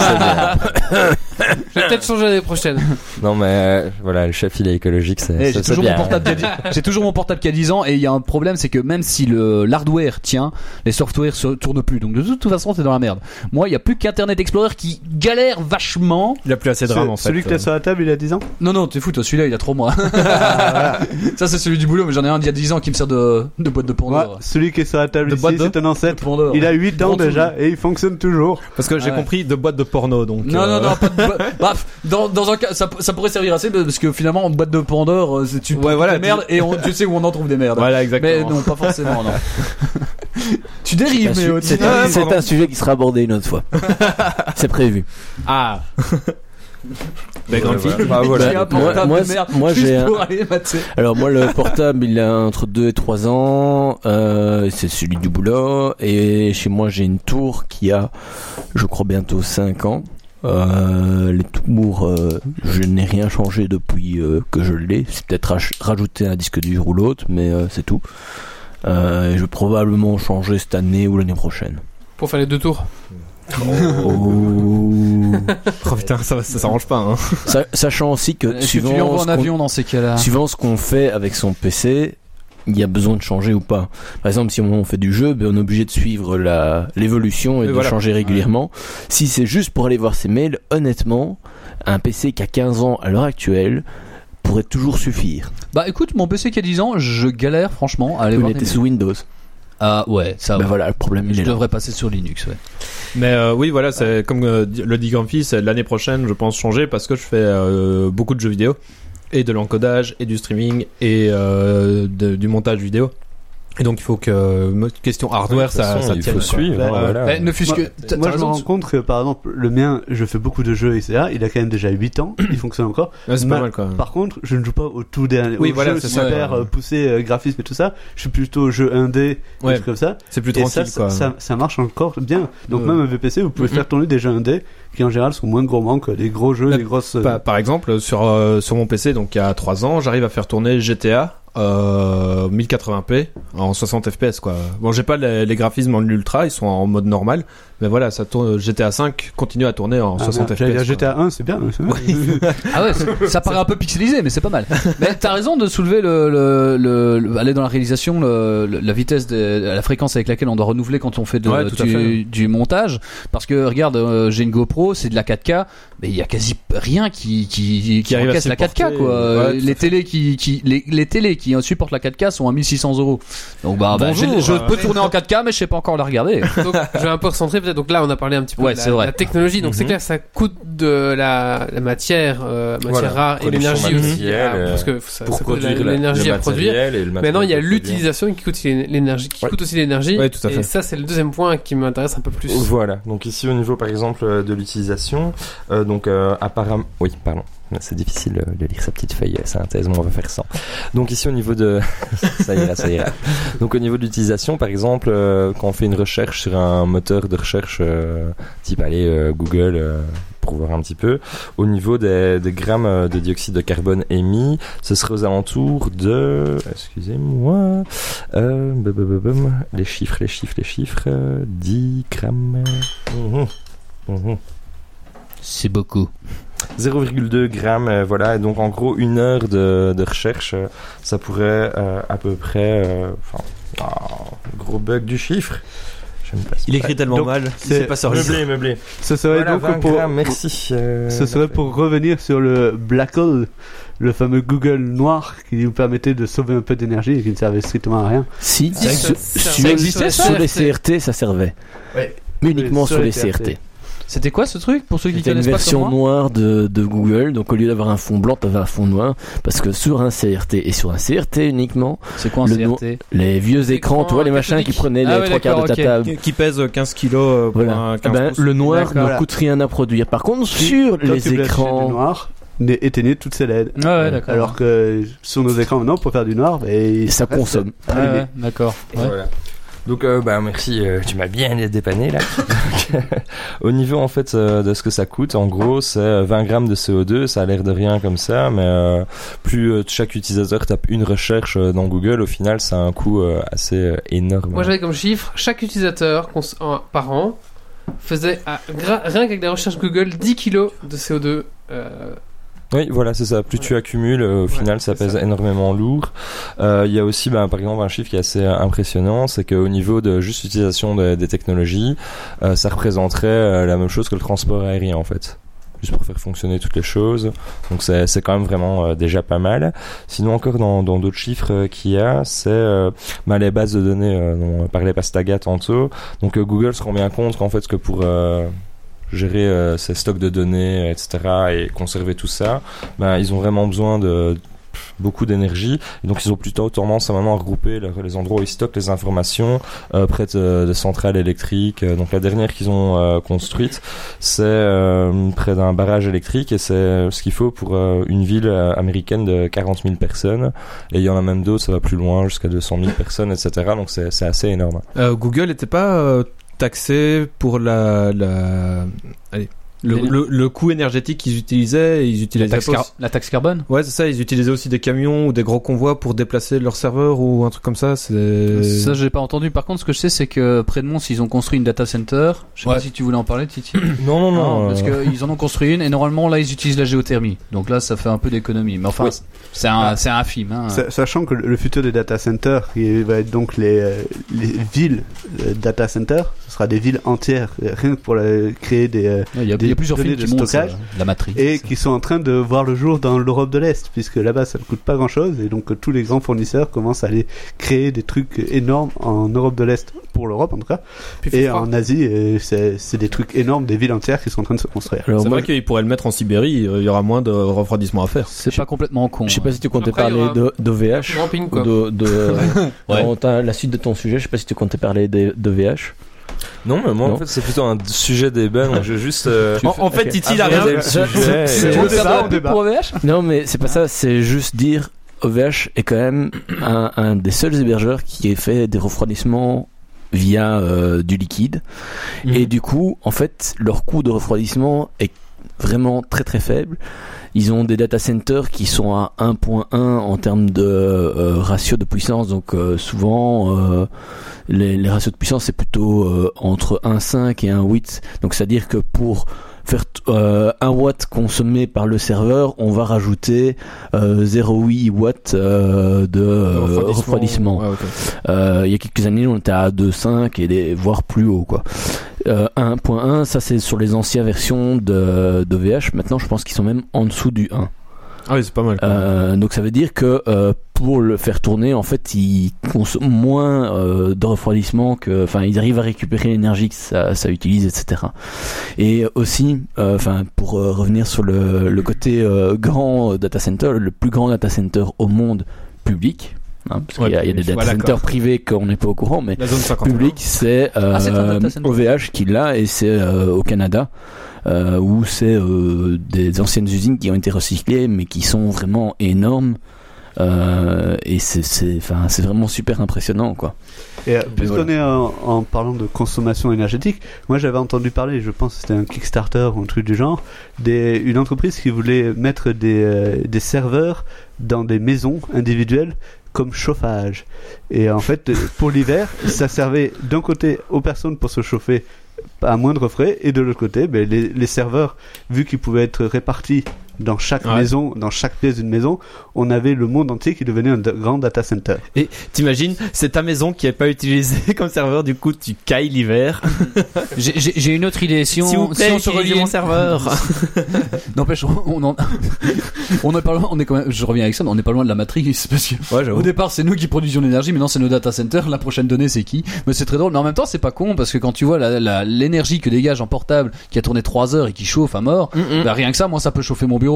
Je vais peut-être changer l'année prochaine. Non, mais voilà, le chef il est écologique, c'est J'ai toujours, bien. j'ai toujours mon portable qui a 10 ans, et il y a un problème, c'est que même si l'hardware tient, les softwares se tournent plus. Donc de toute façon, t'es dans la merde. Moi, il y a plus qu'Internet Explorer qui galère vachement. Il a plus assez de RAM, en fait. Celui que t'as sur la table, il a 10 ans? Non, t'es fou, toi, celui-là, il a 3 mois. Ça, c'est celui du boulot, mais j'en ai un d'il y a 10 ans qui me sert de boîte de pont d'or. Celui qui est sur la table De ici, boîte de- c'est un ancêtre. Pont d'or. Il a 8 ans Grand déjà et il fonctionne toujours. Parce que j'ai compris de boîte de porno, donc. Non, pas de Bref, dans un cas, ça pourrait servir assez, parce que finalement, en boîte de Pandore, tu Ouais, voilà, des merdes, et tu sais où on en trouve des merdes. Voilà, exactement. Mais non, pas forcément, non. Tu dérives, mais C'est un sujet qui sera abordé une autre fois. C'est prévu. Ah. Ben, grande fille. Qui a un portable Moi, de merde, moi, juste j'ai pour aller mater. Alors moi le portable il a entre 2 et 3 ans, c'est celui du boulot, et chez moi j'ai une tour qui a je crois bientôt 5 ans. Les tours je n'ai rien changé depuis que je l'ai, c'est peut-être rajouter un disque dur ou l'autre, mais c'est tout. Je vais probablement changer cette année ou l'année prochaine. Pour faire les 2 tours. Oh putain, ça s'arrange pas, hein. Sachant aussi que Est-ce que tu lui envoies en avion dans ces cas-là? suivant ce qu'on fait avec son PC, il y a besoin de changer ou pas. Par exemple, si on fait du jeu, on est obligé de suivre l'évolution et de changer régulièrement. Si c'est juste pour aller voir ses mails, honnêtement, un PC qui a 15 ans à l'heure actuelle pourrait toujours suffire. Bah écoute, mon PC qui a 10 ans, je galère franchement à aller Il voir était des sous Windows. Ah ouais, ça va. Voilà, le problème il Je est là. devrais passer sur Linux, ouais. Mais oui, voilà, c'est comme le dit Grumpy, c'est l'année prochaine, je pense changer parce que je fais beaucoup de jeux vidéo et de l'encodage et du streaming et du montage vidéo. Et donc il faut que question hardware ça il tienne. faut suivre. Voilà. Ne fût-ce que Moi, je me rends compte que, par exemple, le mien, je fais beaucoup de jeux, etc. Il a quand même déjà 8 ans, il fonctionne encore. Ouais, c'est pas mal quand même. Par contre, je ne joue pas au tout dernier. Oui, aux voilà, jeux c'est ça, super ouais. poussés, graphisme et tout ça. Je suis plutôt au jeu 1D, des Ouais. trucs comme ça. C'est plus Et tranquille, quoi. ça marche encore bien. Donc, Ouais. même un VPC, vous pouvez faire tourner des jeux 1D qui, en général, sont moins gourmands que des gros jeux, Là, des grosses. Par exemple, sur mon PC, donc il y a 3 ans, j'arrive à faire tourner GTA 1080p en 60 fps, quoi. Bon, j'ai pas les graphismes en ultra, ils sont en mode normal, mais voilà, ça tourne. GTA 5 continue à tourner en 60 J'allais dire fps. GTA 1, c'est bien. Ah ouais, ça paraît un peu pixelisé, mais c'est pas mal. Mais t'as raison de soulever aller dans la réalisation, la vitesse, la fréquence avec laquelle on doit renouveler quand on fait Ouais, tout à fait. du montage. Parce que regarde, j'ai une GoPro, c'est de la 4K, mais il y a quasi rien qui arrive à encaisse la 4K, quoi. ouais, Les télés les télés qui supportent la 4K sont à 1 600 €. Donc bah, Bonjour, je peux tourner en 4K, mais je sais pas encore la regarder. Donc, je vais un peu recentrer. peut-être. Donc là, on a parlé un petit peu Ouais, de c'est vrai. la technologie. Donc c'est clair, ça coûte de la matière Voilà, rare et production l'énergie aussi. matérielle, Parce que ça pour coûte de produire l'énergie le à produire. matériel et le matériel Maintenant, il y a pour produire. l'utilisation qui coûte l'énergie. Ouais. Coûte aussi l'énergie. Ouais, tout à fait. Et ça, c'est le deuxième point qui m'intéresse un peu plus. Voilà, donc ici au niveau par exemple de l'utilisation, apparemment... Oui, pardon, c'est difficile de lire sa petite feuille synthèse, mais on va faire ça. Donc ici au niveau de... ça ira. Donc au niveau de l'utilisation, par exemple, quand on fait une recherche sur un moteur de recherche type Google... pour voir un petit peu, au niveau des grammes de dioxyde de carbone émis, ce serait aux alentours de... Excusez-moi... Les chiffres... 10 grammes... C'est beaucoup. 0,2 grammes, voilà, et donc en gros 1 heure de recherche, ça pourrait à peu près... gros bug du chiffre. Il écrit tellement donc, mal, c'est c'est pas sérieux. Meublé. Ce serait Voilà, donc 20 pour... grammes, merci. Ce serait pour revenir sur le Black Hole, le fameux Google noir qui nous permettait de sauver un peu d'énergie et qui ne servait strictement à rien. Si, Ça existait, ça, sur les CRT. CRT, ça servait. Ouais. Mais uniquement Sur sur les les CRT. C'était quoi ce truc pour ceux qui C'était une connaissent pas version comme moi noire de Google, donc au lieu d'avoir un fond blanc, t'avais un fond noir, parce que sur un CRT et sur un CRT uniquement, C'est quoi un le CRT? les vieux écrans, tu vois les machins qui cathodiques. prenaient Ah les ouais, trois quarts de ta d'accord, table. Qui pèse 15 kilos pour Voilà. un 15 Ben, pouces. le noir D'accord. ne coûte rien à produire. Par contre, sur Quand tu les voulais acheter du écrans, noir, éteignez toutes ces LED. Ah ouais, d'accord. Alors que sur nos écrans maintenant, pour faire du noir, ça consomme. Ah ouais, d'accord. Ouais. Voilà. Donc merci, tu m'as bien dépanné là. Donc, au niveau en fait de ce que ça coûte, en gros c'est 20 grammes de CO2, ça a l'air de rien comme ça, mais plus chaque utilisateur tape une recherche dans Google, au final ça a un coût assez énorme. Moi, j'avais comme chiffre, chaque utilisateur par an faisait, rien qu'avec des recherches Google, 10 kilos de CO2. Oui, voilà, c'est ça. Plus tu accumules, au final, ça c'est pèse ça. énormément lourd. Il y a aussi, par exemple, un chiffre qui est assez impressionnant, c'est qu'au niveau de juste utilisation des technologies, ça représenterait la même chose que le transport aérien, en fait. Juste pour faire fonctionner toutes les choses. Donc c'est quand même vraiment déjà pas mal. Sinon encore dans d'autres chiffres qu'il y a, c'est les bases de données dont parlait Pastaga tantôt. Donc Google se rend bien compte qu'en fait que pour gérer ses stocks de données, etc. et conserver tout ça, ils ont vraiment besoin de beaucoup d'énergie, et donc ils ont plutôt tendance à maintenant à regrouper les endroits où ils stockent les informations près de centrales électriques. Donc la dernière qu'ils ont construite, c'est près d'un barrage électrique, et c'est ce qu'il faut pour une ville américaine de 40 000 personnes, et il y en a même d'autres, ça va plus loin, jusqu'à 200 000 personnes, etc. Donc c'est assez énorme. Google n'était pas taxé pour le coût énergétique qu'ils utilisaient. Ils utilisaient La taxe carbone? Ouais, c'est ça. Ils utilisaient aussi des camions ou des gros convois pour déplacer leurs serveurs ou un truc comme ça. Ça, j'ai pas entendu. Par contre, ce que je sais, c'est que près de Mons, ils ont construit une data center. Je sais pas si tu voulais en parler, Titi. Non. Parce qu'ils en ont construit une, et normalement, là, ils utilisent la géothermie. Donc là, ça fait un peu d'économie. Mais enfin, Oui. c'est infime. Hein. Sachant que le futur des data centers, qui va être donc les villes data centers, ce sera des villes entières, rien que pour créer des Il y a plusieurs données films de qui montrent ça, stockage. la matrice. et qui sont en train de voir le jour dans l'Europe de l'Est, puisque là-bas ça ne coûte pas grand-chose, et donc tous les grands fournisseurs commencent à aller créer des trucs énormes en Europe de l'Est, pour l'Europe en tout cas, Puis et faut en Asie, c'est des trucs énormes, des villes entières qui sont en train de se construire. Alors, C'est moi, vrai qu'ils pourraient le mettre en Sibérie. Il y aura moins de refroidissement à faire. C'est pas complètement con. je sais pas si tu comptais Après, il y parler aura- d'OVH. Camping, quoi. Ouais. Dans la suite de ton sujet, je sais pas si tu comptais parler d'OVH. Non, mais moi Non. en fait c'est plutôt un sujet débat, donc je vais juste En fait, ok. Titi, il a rien. aborder le sujet. c'est- et- c'est- On débat, on débat. Pour OVH? Non, mais c'est pas ça, c'est juste dire OVH est quand même un des seuls hébergeurs qui ait fait des refroidissements via du liquide. Et du coup, en fait, leur coût de refroidissement est vraiment très très faible. Ils ont des data centers qui sont à 1.1 en termes de ratio de puissance, donc souvent les ratios de puissance c'est plutôt entre 1.5 et 1.8, donc c'est à dire que pour faire 1 watt consommé par le serveur, on va rajouter 0,8 watts de refroidissement. Ouais, ok. Il y a quelques années, on était à 2,5 et voire plus haut, quoi. 1.1, ça c'est sur les anciennes versions de VH. Maintenant, je pense qu'ils sont même en dessous du 1. Ah oui, c'est pas mal. Donc ça veut dire que pour le faire tourner, en fait, ils consomment moins de refroidissement que, enfin, ils arrivent à récupérer l'énergie que ça utilise, etc. Et aussi, pour revenir sur le côté grand data center, le plus grand data center au monde public. Parce qu'il y a des data centers privés qu'on n'est pas au courant, mais public, c'est OVH qui l'a, et c'est au Canada, où c'est des anciennes usines qui ont été recyclées, mais qui sont vraiment énormes. Et c'est vraiment super impressionnant, quoi. Et puisqu'on est en parlant de consommation énergétique, moi j'avais entendu parler, je pense que c'était un Kickstarter ou un truc du genre, une entreprise qui voulait mettre des serveurs dans des maisons individuelles comme chauffage. Et en fait, pour l'hiver, ça servait d'un côté aux personnes pour se chauffer à moindre frais, et de l'autre côté, les serveurs, vu qu'ils pouvaient être répartis dans chaque maison, dans chaque pièce d'une maison, on avait le monde entier qui devenait un grand data center. Et t'imagines, c'est ta maison qui est pas utilisée comme serveur, du coup tu cailles l'hiver. J'ai une autre idée. Si on se relie mon serveur. N'empêche, on est quand même, je reviens avec ça, mais on n'est pas loin de la matrice, parce que au départ c'est nous qui produisions l'énergie, maintenant c'est nos data centers, la prochaine donnée c'est qui? Mais c'est très drôle, mais en même temps c'est pas con, parce que quand tu vois l'énergie que dégage en portable qui a tourné 3 heures et qui chauffe à mort, rien que ça, moi ça peut chauffer mon bureau.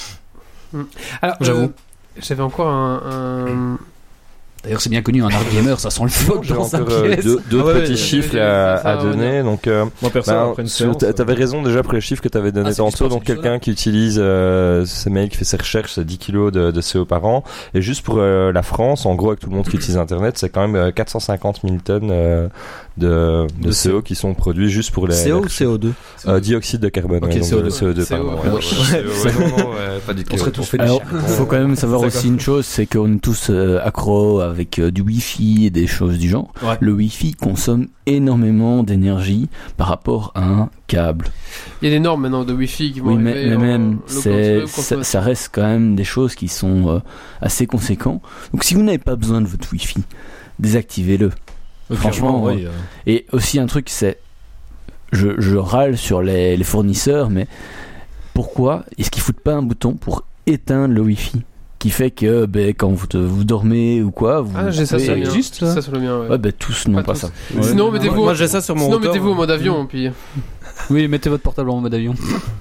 Alors, j'avoue, j'avais encore un... D'ailleurs, c'est bien connu, un hard gamer, ça sent le feu. J'ai encore deux petits chiffres à donner. Donc, moi, perso, t'avais raison déjà pour les chiffres que t'avais donné tantôt. Donc, quelqu'un qui utilise ce mail, qui fait ses recherches, c'est 10 kilos de CO par an. Et juste pour la France, en gros, avec tout le monde qui utilise Internet, c'est quand même 450 000 tonnes de CO qui sont produits juste pour les... CO ou CO2 dioxyde de carbone. Ok, CO2, pardon. Pas du tout. Alors, il faut quand même savoir aussi une chose, c'est qu'on est tous accros avec du Wi-Fi et des choses du genre. Ouais. Le Wi-Fi consomme énormément d'énergie par rapport à un câble. Il y a des normes maintenant de Wi-Fi qui vont arriver. Mais même, ça reste quand même des choses qui sont assez conséquentes. Donc si vous n'avez pas besoin de votre Wi-Fi, désactivez-le. Franchement, oui. Et aussi un truc, c'est... Je râle sur les fournisseurs, mais pourquoi est-ce qu'ils foutent pas un bouton pour éteindre le Wi-Fi qui fait que quand vous dormez ou quoi, j'ai ça sur le mien. Juste ça sur le mien. Ouais, tous n'ont pas ça. Ouais. Sinon mettez-vous. Moi j'ai ça sur mon. Sinon mettez-vous en mode avion puis. Oui, mettez votre portable en mode avion.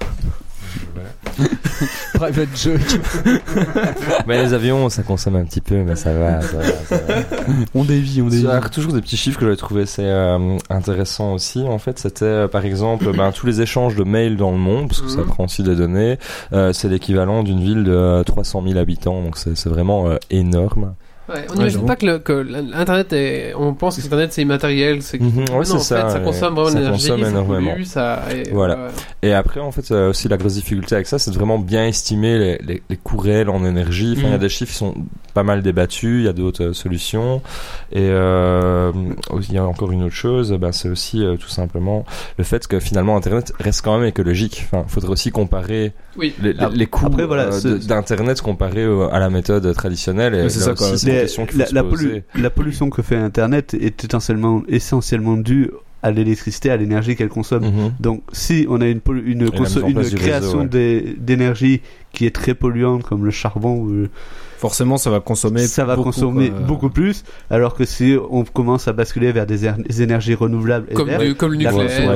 Private joke. Mais les avions, ça consomme un petit peu, mais ça va. On dévie. Alors, toujours des petits chiffres que j'avais trouvé assez intéressants aussi. En fait, c'était par exemple tous les échanges de mails dans le monde, parce que ça prend aussi des données. C'est l'équivalent d'une ville de 300 000 habitants, donc c'est vraiment énorme. Ouais, on n'imagine pas que l'internet est. On pense que l'internet c'est immatériel, c'est. Ouais, non, c'est en ça. fait, ça consomme vraiment de l'énergie, ça énormément. Voilà. Et après, en fait, aussi la grosse difficulté avec ça, c'est de vraiment bien estimer les coûts réels en énergie. Enfin, il y a des chiffres qui sont pas mal débattus, il y a d'autres solutions. Et il y a encore une autre chose, c'est aussi tout simplement le fait que finalement Internet reste quand même écologique. Enfin, il faudrait aussi comparer les coûts d'Internet comparés à la méthode traditionnelle. Et c'est ça, quoi. La pollution que fait Internet est essentiellement due à l'électricité, à l'énergie qu'elle consomme. Donc, si on a une création d'énergie qui est très polluante, comme le charbon, forcément, ça va consommer beaucoup plus. Alors que si on commence à basculer vers des énergies renouvelables, comme le nucléaire,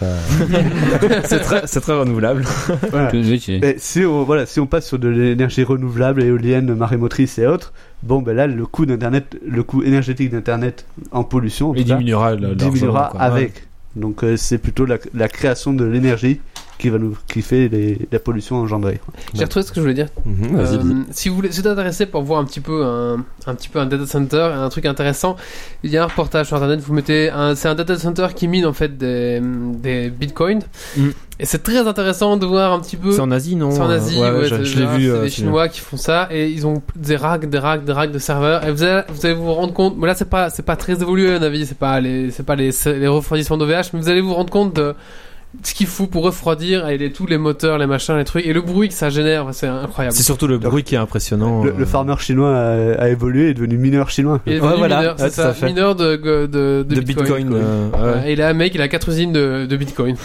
c'est très renouvelable. Voilà. Et si on passe sur de l'énergie renouvelable, éolienne, marémotrice et autres, là le coût énergétique d'Internet en pollution diminuera avec. Donc c'est plutôt la création de l'énergie qui fait la pollution engendrée. J'ai retrouvé ce que je voulais dire. Vas-y. Si vous êtes intéressé pour voir un petit peu un data center, un truc intéressant, il y a un reportage sur internet. Vous mettez c'est un data center qui mine en fait des bitcoins. Et c'est très intéressant de voir un petit peu. C'est en Asie, non? C'est en Asie, je l'ai vu. C'est des Chinois qui font ça et ils ont des racks de serveurs. Et vous allez vous rendre compte. Là, c'est pas très évolué à mon avis. C'est pas les refroidissements d'OVH, mais vous allez vous rendre compte de ce qu'il faut pour refroidir et tous les moteurs, les machins, les trucs et le bruit que ça génère, c'est incroyable. C'est surtout le bruit qui est impressionnant. Le farmer chinois a évolué et est devenu mineur chinois. Il est devenu mineur, c'est ça, mineur de Bitcoin. Et là, un mec, il a 4 usines de Bitcoin.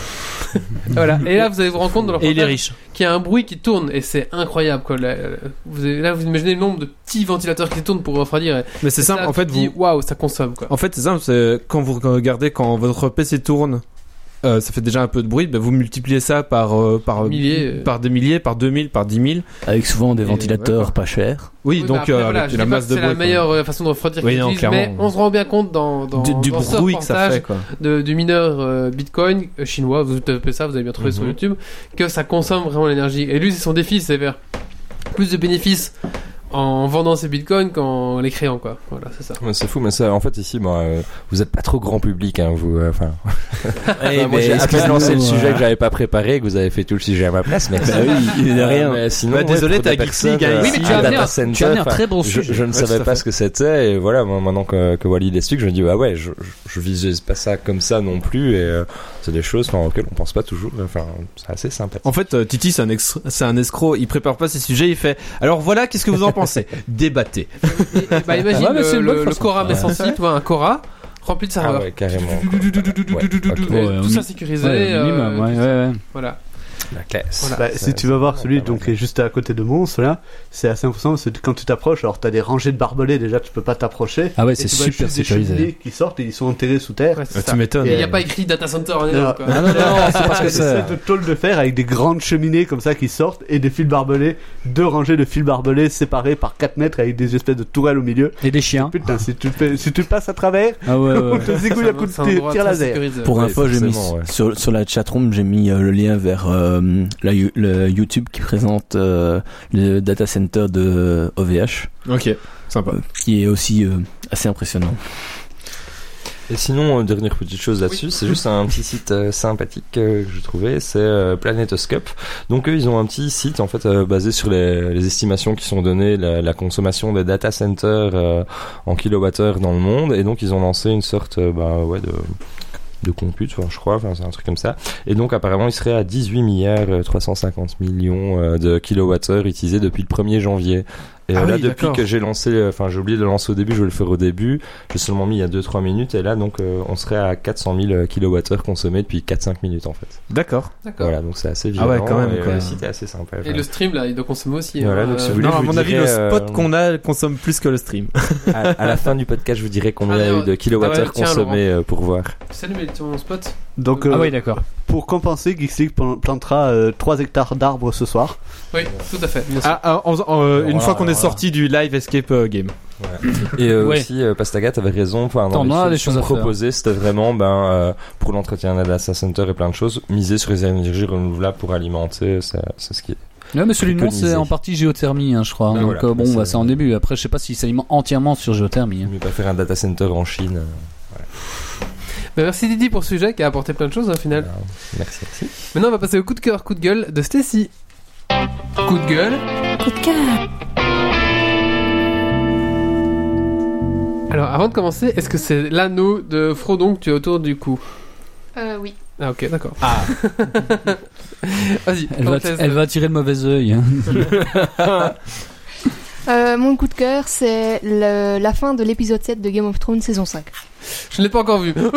Voilà. Et là, vous allez vous rendre compte dans leur Et il est portage riche. qu'il y a un bruit qui tourne et c'est incroyable quoi. Là, vous imaginez le nombre de petits ventilateurs qui tournent pour refroidir. Mais c'est simple, là, en fait, tu te dis, vous. waouh, ça consomme quoi. En fait, c'est simple, c'est quand vous regardez quand votre PC tourne, ça fait déjà un peu de bruit, ben vous multipliez ça par Milliers, par des milliers, par 2000, par 10 000. Avec souvent des Et ventilateurs ouais, pas chers. Oui, Oui, donc bah après, voilà, avec je la dis pas masse que de c'est bruit. la meilleure façon de refroidir Oui, qu'ils non, utilisent, clairement. mais on se rend bien compte dans du dans ce bruit que ça reportage fait, quoi. du mineur Bitcoin chinois, vous tapez ça, vous avez bien trouvé sur YouTube, que ça consomme vraiment l'énergie. Et lui, c'est son défi, c'est faire plus de bénéfices en vendant ses bitcoins qu'en les créant quoi. Voilà, c'est ça. Ouais, c'est fou, mais ça, en fait, ici, moi, vous êtes pas trop grand public, hein, vous. Enfin, Eh, moi, mais j'ai à peine lancé le excuse-nous, sujet que j'avais pas préparé, que vous avez fait tout le sujet à ma place, mais Bah oui, il n'y a rien. Mais sinon, Bah, désolé, pour t'as des Geeks personnes, League, hein, Oui, mais tu as amené data un center, très enfin, bon je sujet. ne Ouais, savais tout à pas fait. ce que c'était, et voilà, moi, maintenant que Wally l'explique, je me dis, ah ouais, je visualise pas ça comme ça non plus, et c'est des choses auxquelles on pense pas toujours, enfin, c'est assez sympathique. En fait, Titi, c'est un escroc. Il prépare pas ses sujets. Il fait. Alors voilà, qu'est-ce que vous en pensez? Débattez. Bah imagine Ouais, mais c'est une bonne le façon. Cora Messensi, tu vois, un Cora rempli de Ah serveurs. ouais, carrément. Et tout ça sécurisé. Ouais, minimum, ouais, ouais. Voilà. La classe. Voilà. Bah, si tu vas voir celui donc, qui est juste à côté de Mons, là, c'est assez impressionnant. Parce que quand tu t'approches, alors t'as des rangées de barbelés, déjà tu peux pas t'approcher. Ah ouais, Et c'est tu vois super juste des sécurisé. cheminées qui sortent et ils sont enterrés sous terre. Ouais, c'est Bah, ça. tu m'étonnes. Et il n'y a pas écrit data center en énorme, quoi. Ah non, non, c'est parce que C'est c'est. cette tôle de fer avec des grandes cheminées comme ça qui sortent et des fils barbelés, deux rangées de fils barbelés séparés par 4 mètres avec des espèces de tourelles au milieu. Et des chiens. Putain, si tu passes à travers, Ah ouais, on ouais. te zigouille à coups C'est un de endroit tir très laser. sécurisé. Pour Oui, info, j'ai mis forcément, ouais. sur la chatroom, j'ai mis le lien vers le YouTube qui présente le data center de OVH, Ok, sympa. qui est aussi assez impressionnant. Et sinon, dernière petite chose là-dessus, c'est juste un petit site sympathique que j'ai trouvé, c'est Planetoscope. Donc eux, ils ont un petit site en fait basé sur les estimations qui sont données, la consommation des data centers en kilowattheure dans le monde, et donc ils ont lancé une sorte de compute, enfin, je crois, enfin, c'est un truc comme ça. Et donc, apparemment, il serait à 18 milliards 350 millions de kilowattheures utilisés depuis le 1er janvier. Et Ah là, oui, depuis d'accord. que j'ai lancé, enfin, j'ai oublié de le lancer au début, je vais le faire au début. J'ai seulement mis il y a 2-3 minutes, et là, donc, on serait à 400 000 kilowattheures consommés depuis 4-5 minutes, en fait. D'accord. D'accord. Voilà, donc c'est assez Ah violent. ouais, quand même, et quoi. le site est assez sympa. Et le stream là, il doit consommer aussi. Voilà, hein, donc si vous voulez, Non, à je mon vous avis, le dirai, spot qu'on a consomme plus que le stream. à la fin du podcast, je vous dirai combien il y a eu de kilowattheures Ah ouais, tiens, consommés pour voir. Salut, mais ton spot. Donc, Ah oui, d'accord. pour compenser, Geeks League plantera 3 hectares d'arbres ce soir. Oui, tout à fait. Bien sûr. Une fois qu'on est voilà. sorti du live escape game. Et Ouais. aussi, Pastaga, t'avais raison. Enfin, dans T'en as les des solutions choses à faire. proposées, c'était vraiment, pour l'entretien d'un data center et plein de choses, miser sur les énergies renouvelables pour alimenter, c'est ce qui est. Ouais, mais celui de Mons, préconisé. c'est en partie géothermie, hein, je crois. Ah, Donc voilà. bon, C'est- bah, c'est en début. Après, je sais pas si ça alimente entièrement sur géothermie. hein. Mieux pas faire un data center en Chine. Bah, merci Didi pour ce sujet qui a apporté plein de choses au final. Voilà. Merci, merci. Maintenant, on va passer au coup de cœur, coup de gueule de Stacy. Coup de gueule. Coup de cœur. Alors, avant de commencer, est-ce que c'est l'anneau de Frodon que tu as autour du cou? Oui. Ah, ok, d'accord. Ah. Vas-y. Elle va attirer le mauvais œil. hein. Mon coup de cœur, c'est la fin de l'épisode 7 de Game of Thrones saison 5. Je ne l'ai pas encore vu. Non,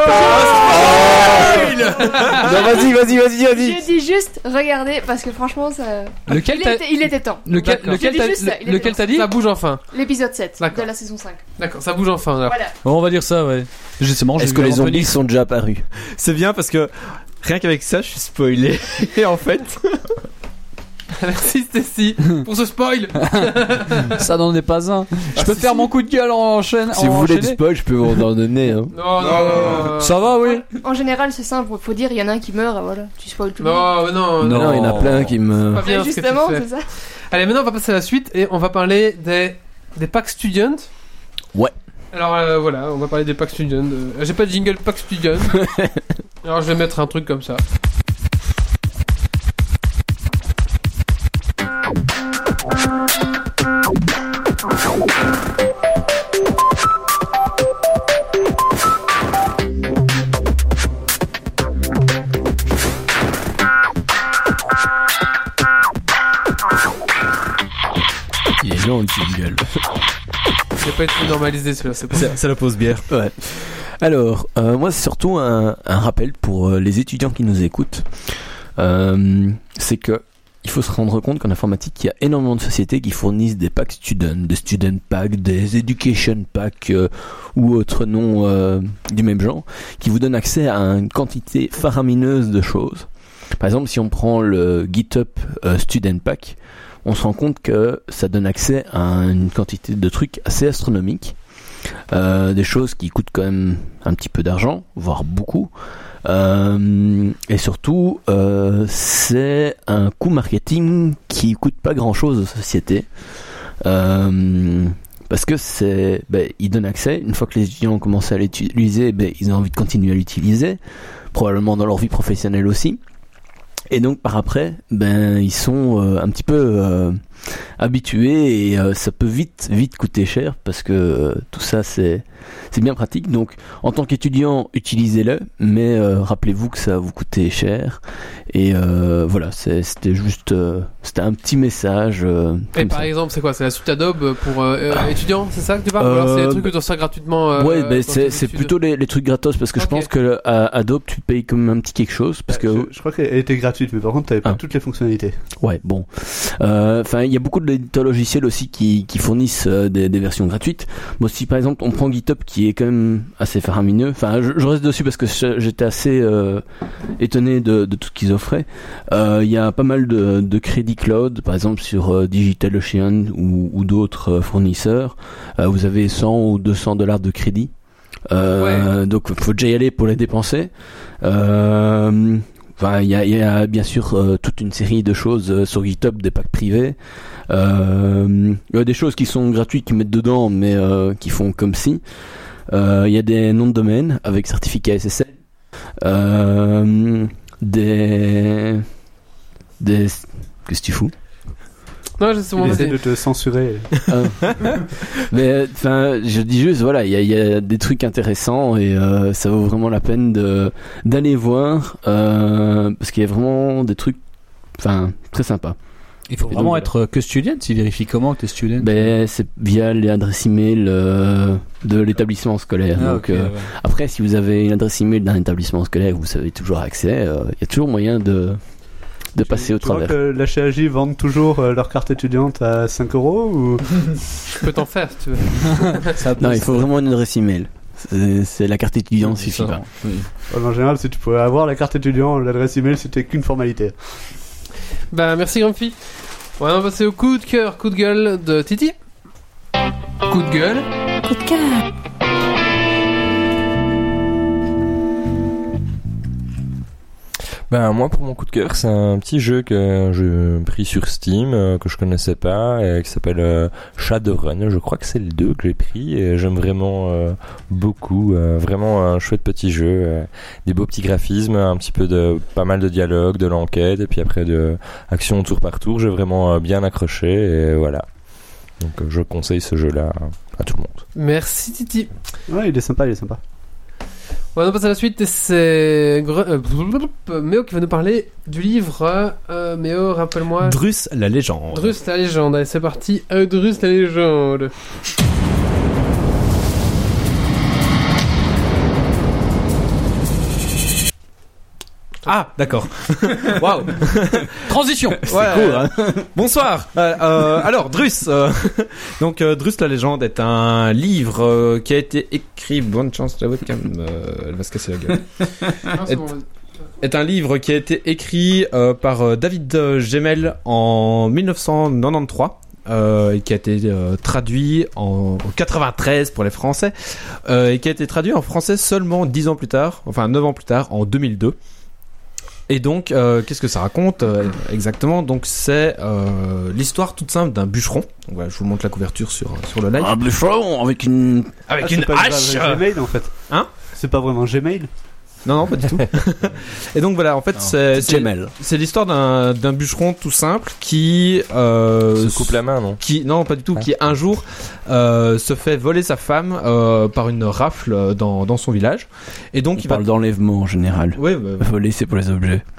vas-y. Je dis juste, regardez, parce que franchement, ça... Lequel t'as il était temps. lequel D'accord. J'ai dit juste ça, il était lequel temps. t'as dit? Ça bouge enfin. L'épisode 7 D'accord. de la saison 5. D'accord, ça bouge enfin. Alors. Voilà. Bon, on va dire ça, ouais. Justement, Est-ce que les zombies sont déjà apparus? C'est bien parce que rien qu'avec ça, je suis spoilé. Et en fait, Merci Stacy pour ce spoil. Ça n'en est pas un. Je peux faire mon coup de gueule en chaîne. Si vous voulez du spoil, je peux vous en donner. Hein. Non. Ça va, oui. En général, c'est simple, faut dire, il y en a un qui meurt, voilà, tu spoil tout le monde. Non. Non. Non, il y en a plein qui me. Pas bien ce que tu Justement, fais. c'est ça. Allez, maintenant on va passer à la suite et on va parler des packs students. Ouais. Alors voilà, on va parler des packs students. J'ai pas de jingle pack student. Alors je vais mettre un truc comme ça. Il est long le jingle. J'ai pas été normalisé celui-là, c'est pas ça. c'est la pause bière. Ouais. Alors, moi, c'est surtout un rappel pour les étudiants qui nous écoutent. C'est que il faut se rendre compte qu'en informatique, il y a énormément de sociétés qui fournissent des packs student, des student packs, des education packs ou autres noms du même genre, qui vous donnent accès à une quantité faramineuse de choses. Par exemple, si on prend le GitHub Student Pack, on se rend compte que ça donne accès à une quantité de trucs assez astronomiques. Des choses qui coûtent quand même un petit peu d'argent, voire beaucoup. Et surtout, c'est un coût marketing qui coûte pas grand-chose aux sociétés. Parce que ils donnent accès. Une fois que les étudiants ont commencé à l'utiliser, ils ont envie de continuer à l'utiliser. Probablement dans leur vie professionnelle aussi. Et donc par après, ils sont un petit peu habitués et ça peut vite coûter cher parce que tout ça c'est bien pratique. Donc en tant qu'étudiant, utilisez-le, mais rappelez-vous que ça va vous coûter cher. Et voilà, c'était juste c'était un petit message. Et par exemple, c'est quoi? C'est la suite Adobe pour étudiants, c'est ça que tu parles? Ou alors c'est des trucs que tu reçois gratuitement? Ouais, c'est plutôt les trucs gratos parce que je pense que Adobe tu payes comme un petit quelque chose parce que je crois qu'elle était gratuite, mais par contre t'avais pas toutes les fonctionnalités. Ouais, bon. Enfin, il y a beaucoup d'éditeurs logiciels aussi qui fournissent des versions gratuites. Moi, si par exemple on prend GitHub qui est quand même assez faramineux, enfin je reste dessus parce que j'étais assez étonné de tout ce qu'ils offraient. Il y a pas mal de crédits cloud, par exemple sur DigitalOcean ou d'autres fournisseurs. Vous avez 100 ou $200 de crédit. Donc faut déjà y aller pour les dépenser. Enfin, il y a bien sûr toute une série de choses sur GitHub, des packs privés. Il y a des choses qui sont gratuites, qui mettent dedans, mais qui font comme si. Il y a des noms de domaine avec certificat SSL. Qu'est-ce que tu fous? Non, justement, il essaie de te censurer. Mais enfin, je dis juste, voilà, il y a des trucs intéressants et ça vaut vraiment la peine d'aller voir parce qu'il y a vraiment des trucs, enfin, très sympas. Il faut vraiment être que student. Il vérifie comment que t'es student? C'est via l'adresse email de l'établissement scolaire. Donc ouais. Après, si vous avez l'adresse email d'un établissement scolaire, vous avez toujours accès. Il y a toujours moyen de passer au travers. Tu vois que la CHJ vendent toujours leur carte étudiante à 5 € ou... Je peux t'en faire si tu veux. Non, il faut vraiment une adresse email. C'est la carte étudiante suffit pas. Oui. En général, si tu pouvais avoir la carte étudiant, l'adresse email c'était qu'une formalité. Merci Grumpy. On va passer au coup de cœur, coup de gueule de Titi. Coup de gueule. Coup de cœur. Moi pour mon coup de cœur c'est un petit jeu que j'ai pris sur Steam que je connaissais pas et qui s'appelle Shadowrun. Je crois que c'est le 2 que j'ai pris et j'aime vraiment beaucoup, vraiment un chouette petit jeu, des beaux petits graphismes, un petit peu de pas mal de dialogue, de l'enquête et puis après de action tour par tour. J'ai vraiment bien accroché et voilà. Donc je conseille ce jeu là à tout le monde. Merci Titi. Ouais, il est sympa. On passe à la suite et c'est Méo qui va nous parler du livre. Méo, rappelle-moi. Drus la légende. Drus la légende. Allez, c'est parti. Drus la légende. Ah, d'accord. Waouh. Transition. C'est cool. Hein. Bonsoir. Alors, Drus. Donc, Drus la légende est un livre qui a été écrit. Bonne chance, la webcam. Elle va se casser la gueule. Non, c'est bon, est un livre qui a été écrit par David Gemmell en 1993. Et qui a été traduit en 93 pour les Français et qui a été traduit en français seulement 10 ans plus tard, enfin 9 ans plus tard, en 2002. Et donc, qu'est-ce que ça raconte exactement? Donc, c'est l'histoire toute simple d'un bûcheron. Donc, voilà, je vous montre la couverture sur le live. Un bûcheron avec une hache. C'est pas Gmail en fait. Hein? C'est pas vraiment Gmail. Non, pas du tout. Et donc voilà, en fait, c'est l'histoire d'un bûcheron tout simple qui se coupe la main, non? Non, pas du tout. Qui un jour se fait voler sa femme par une rafle dans son village. Et donc il parle d'enlèvement en général. Oui. Voler, c'est pour les objets.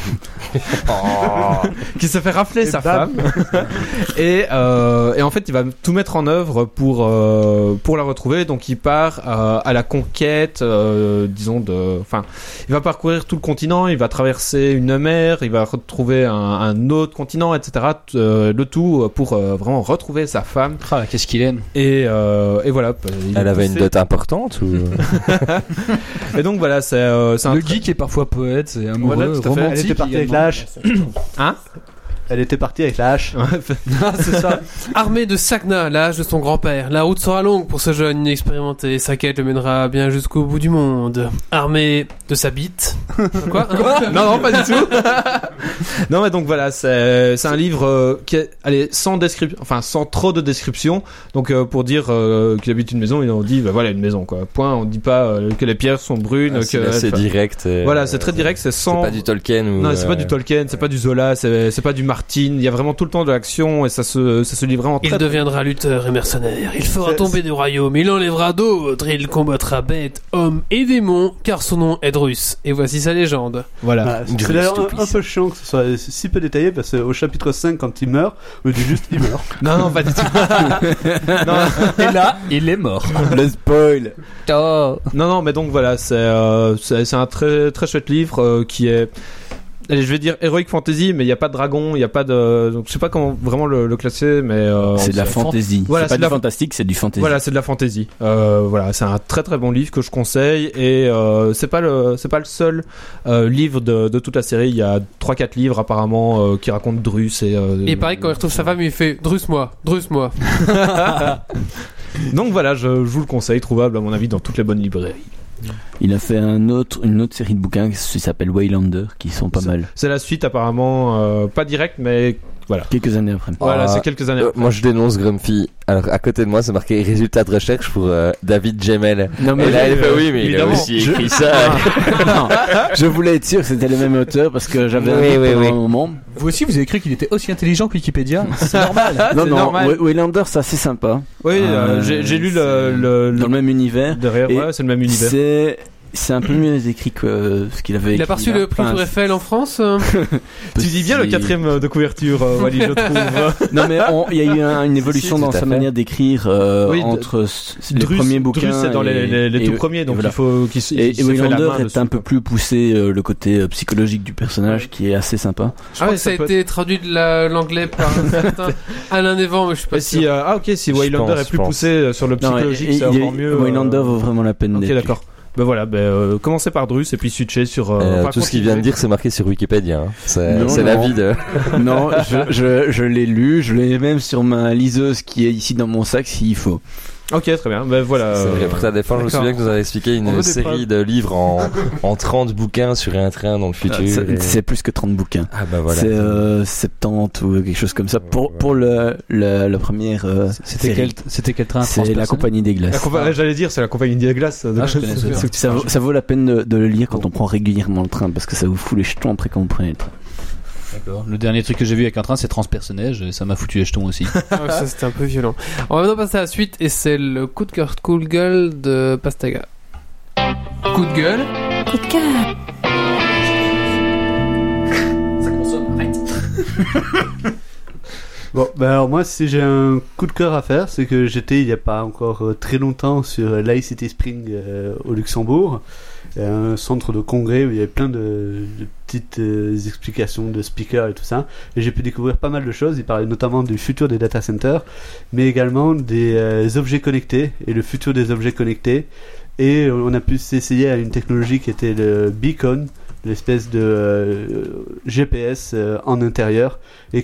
qui se fait rafler sa femme. Et en fait, il va tout mettre en œuvre pour la retrouver. Donc, il part à la conquête, disons enfin, il va parcourir tout le continent. Il va traverser une mer. Il va retrouver un autre continent, etc. Le tout pour vraiment retrouver sa femme. Ah, qu'est-ce qu'il aime. Et voilà. Elle avait une dot importante ou... Et donc voilà, c'est un Le geek est parfois poète, c'est amoureux, Voilà, tout à fait. romantique. Elle était partie avec la hache. Hein? Elle était partie avec la hache. Ah, c'est ça. Armé de Sakna, l'âge de son grand-père, la route sera longue pour ce jeune inexpérimenté. Sa quête le mènera bien jusqu'au bout du monde. Armé de sa bite. Quoi? Non, pas du tout. Non, mais donc voilà, c'est un livre qui est, allez, sans trop de description. Donc pour dire qu'il habite une maison, on dit, bah voilà, une maison, quoi. Point. On dit pas que les pierres sont brunes. C'est direct. Voilà, c'est très direct, c'est sans. C'est pas du Tolkien ou. Non, c'est pas du Tolkien, c'est pas du Zola, c'est pas du Martin. Il y a vraiment tout le temps de l'action et ça se lit vraiment très. Il deviendra lutteur et mercenaire. Il fera tomber des royaumes. Il enlèvera d'autres. Il combattra bêtes, hommes et démons, car son nom est Drus. Et voici sa légende. Voilà. C'est d'ailleurs un peu chiant que ce soit si peu détaillé parce qu'au chapitre 5, quand il meurt, on dit juste il meurt. Non, pas du tout. Non. Et là, il est mort. Le spoil. Non, mais donc voilà, c'est un très très chouette livre qui est. Allez, je vais dire Heroic Fantasy, mais il n'y a pas de dragon, il n'y a pas de. Donc, je sais pas comment vraiment le classer, mais. C'est de la fantasy. Voilà, c'est pas du fantastique, c'est du fantasy. Voilà, c'est de la fantasy. Voilà, c'est un très très bon livre que je conseille et c'est pas le seul livre de toute la série. Il y a 3-4 livres apparemment qui racontent Drus et pareil, quand il retrouve sa femme, il fait Drus-moi. Donc voilà, je vous le conseille, trouvable à mon avis dans toutes les bonnes librairies. Il a fait une autre série de bouquins qui s'appelle Waylander, qui sont pas mal. C'est la suite apparemment, pas direct, mais voilà. Quelques années après. Voilà, c'est quelques années après. Moi je dénonce Grumpy. Alors à côté de moi c'est marqué résultat de recherche pour David Gemmel. Non, mais et là elle fait oui mais il a aussi écrit ça. Non, je voulais être sûr que c'était le même auteur parce que j'avais un moment. Vous aussi, vous avez cru qu'il était aussi intelligent que Wikipédia. C'est normal. Non, C'est non, normal. Waylander c'est assez sympa. Oui, j'ai lu dans le même univers. derrière. Et Ouais, c'est le même univers. C'est un peu mieux écrit que ce qu'il avait écrit. Il a pas reçu le prix Tour Eiffel en France. Tu dis bien le 4ème de couverture, Wally, je trouve. Non mais il y a eu une évolution Si, dans tout à sa fait. manière d'écrire entre les premiers bouquins. Drus, c'est dans les tout premiers, donc voilà. il faut qu'il Et se fait la Waylander main est dessus, un peu plus poussé le côté psychologique du personnage qui est assez sympa. Je crois que ça a été traduit de l'anglais par un certain Alain Nevan, mais je suis pas Si, sûr. si Waylander est plus poussé sur le psychologique, c'est encore mieux. Waylander vaut vraiment la peine Ok, d'être lu. d'accord. Ben voilà, commencez par Drus et puis switcher sur. Tout ce qu'il vient de dire c'est marqué sur Wikipédia. Hein. C'est Non. l'avis de. Non, je l'ai lu, je l'ai même sur ma liseuse qui est ici dans mon sac s'il faut. Ok, très bien. Ben voilà. Pour ta défense, je me souviens que nous avez expliqué On veut une des série de livres en 30 bouquins sur un train dans le futur. C'est plus que 30 bouquins. Ah bah voilà. C'est 70 ou quelque chose comme ça. Pour la première C'était quel train? c'est la compagnie des glaces. J'allais dire, c'est la compagnie des glaces. Ça vaut la peine de le lire quand on prend régulièrement le train parce que ça vous fout les jetons après quand vous prenez le train. D'accord. Le dernier truc que j'ai vu avec un train, c'est Transpersonnage, et ça m'a foutu les jetons aussi. Ah, ça c'était un peu violent. On va maintenant passer à la suite et c'est le coup de cœur coup de gueule de Pastaga. Coup de gueule. Coup de cœur. Ça consomme, arrête. Bon, alors moi, si j'ai un coup de cœur à faire, c'est que j'étais il y a pas encore très longtemps sur l'ICT Spring au Luxembourg, un centre de congrès où il y avait plein de petites explications de speakers et tout ça, et j'ai pu découvrir pas mal de choses. Il parlait notamment du futur des data centers, mais également des objets connectés et le futur des objets connectés, et on a pu s'essayer à une technologie qui était le beacon, l'espèce de GPS en intérieur, et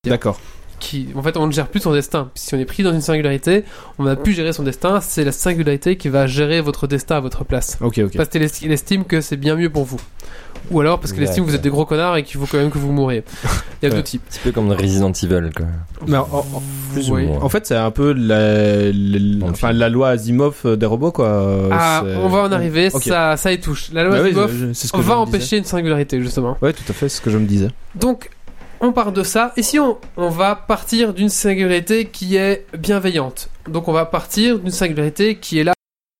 D'accord. En fait, on ne gère plus son destin. Si on est pris dans une singularité, on n'a plus gérer son destin. C'est la singularité qui va gérer votre destin à votre place. Ok. Parce qu'il estime que c'est bien mieux pour vous. Ou alors parce qu'il estime que vous êtes des gros connards et qu'il faut quand même que vous mouriez. Il y a deux types. C'est un peu comme dans Resident Evil, quoi. Mais Plus ou moins. en fait, c'est un peu la loi Asimov des robots, quoi. On va en arriver. Ok. Ça y touche. La loi Asimov c'est ce que va je me empêcher disais. une singularité, justement. Ouais, tout à fait, c'est ce que je me disais. Donc, on part de ça. Ici, on va partir d'une singularité qui est bienveillante. Donc, on va partir d'une singularité qui est là.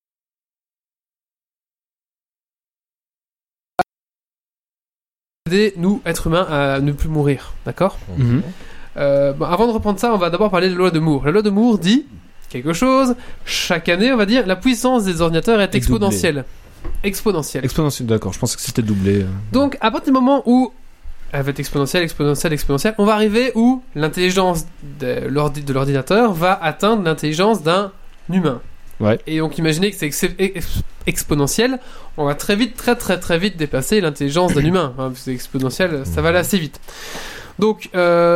Aider nous, êtres humains, à ne plus mourir. D'accord ? Mhm. Avant de reprendre ça, on va d'abord parler de la loi de Moore. La loi de Moore dit quelque chose. Chaque année, on va dire, la puissance des ordinateurs est exponentielle. Exponentielle. Exponentielle, d'accord. Je pensais que c'était doublé. Donc, à partir du moment où elle va être exponentielle, on va arriver où l'intelligence de l'ordinateur va atteindre l'intelligence d'un humain. Ouais. Et donc, imaginez que c'est exponentiel, on va très vite dépasser l'intelligence d'un humain. Hein, c'est exponentiel, ça va aller assez vite. Donc,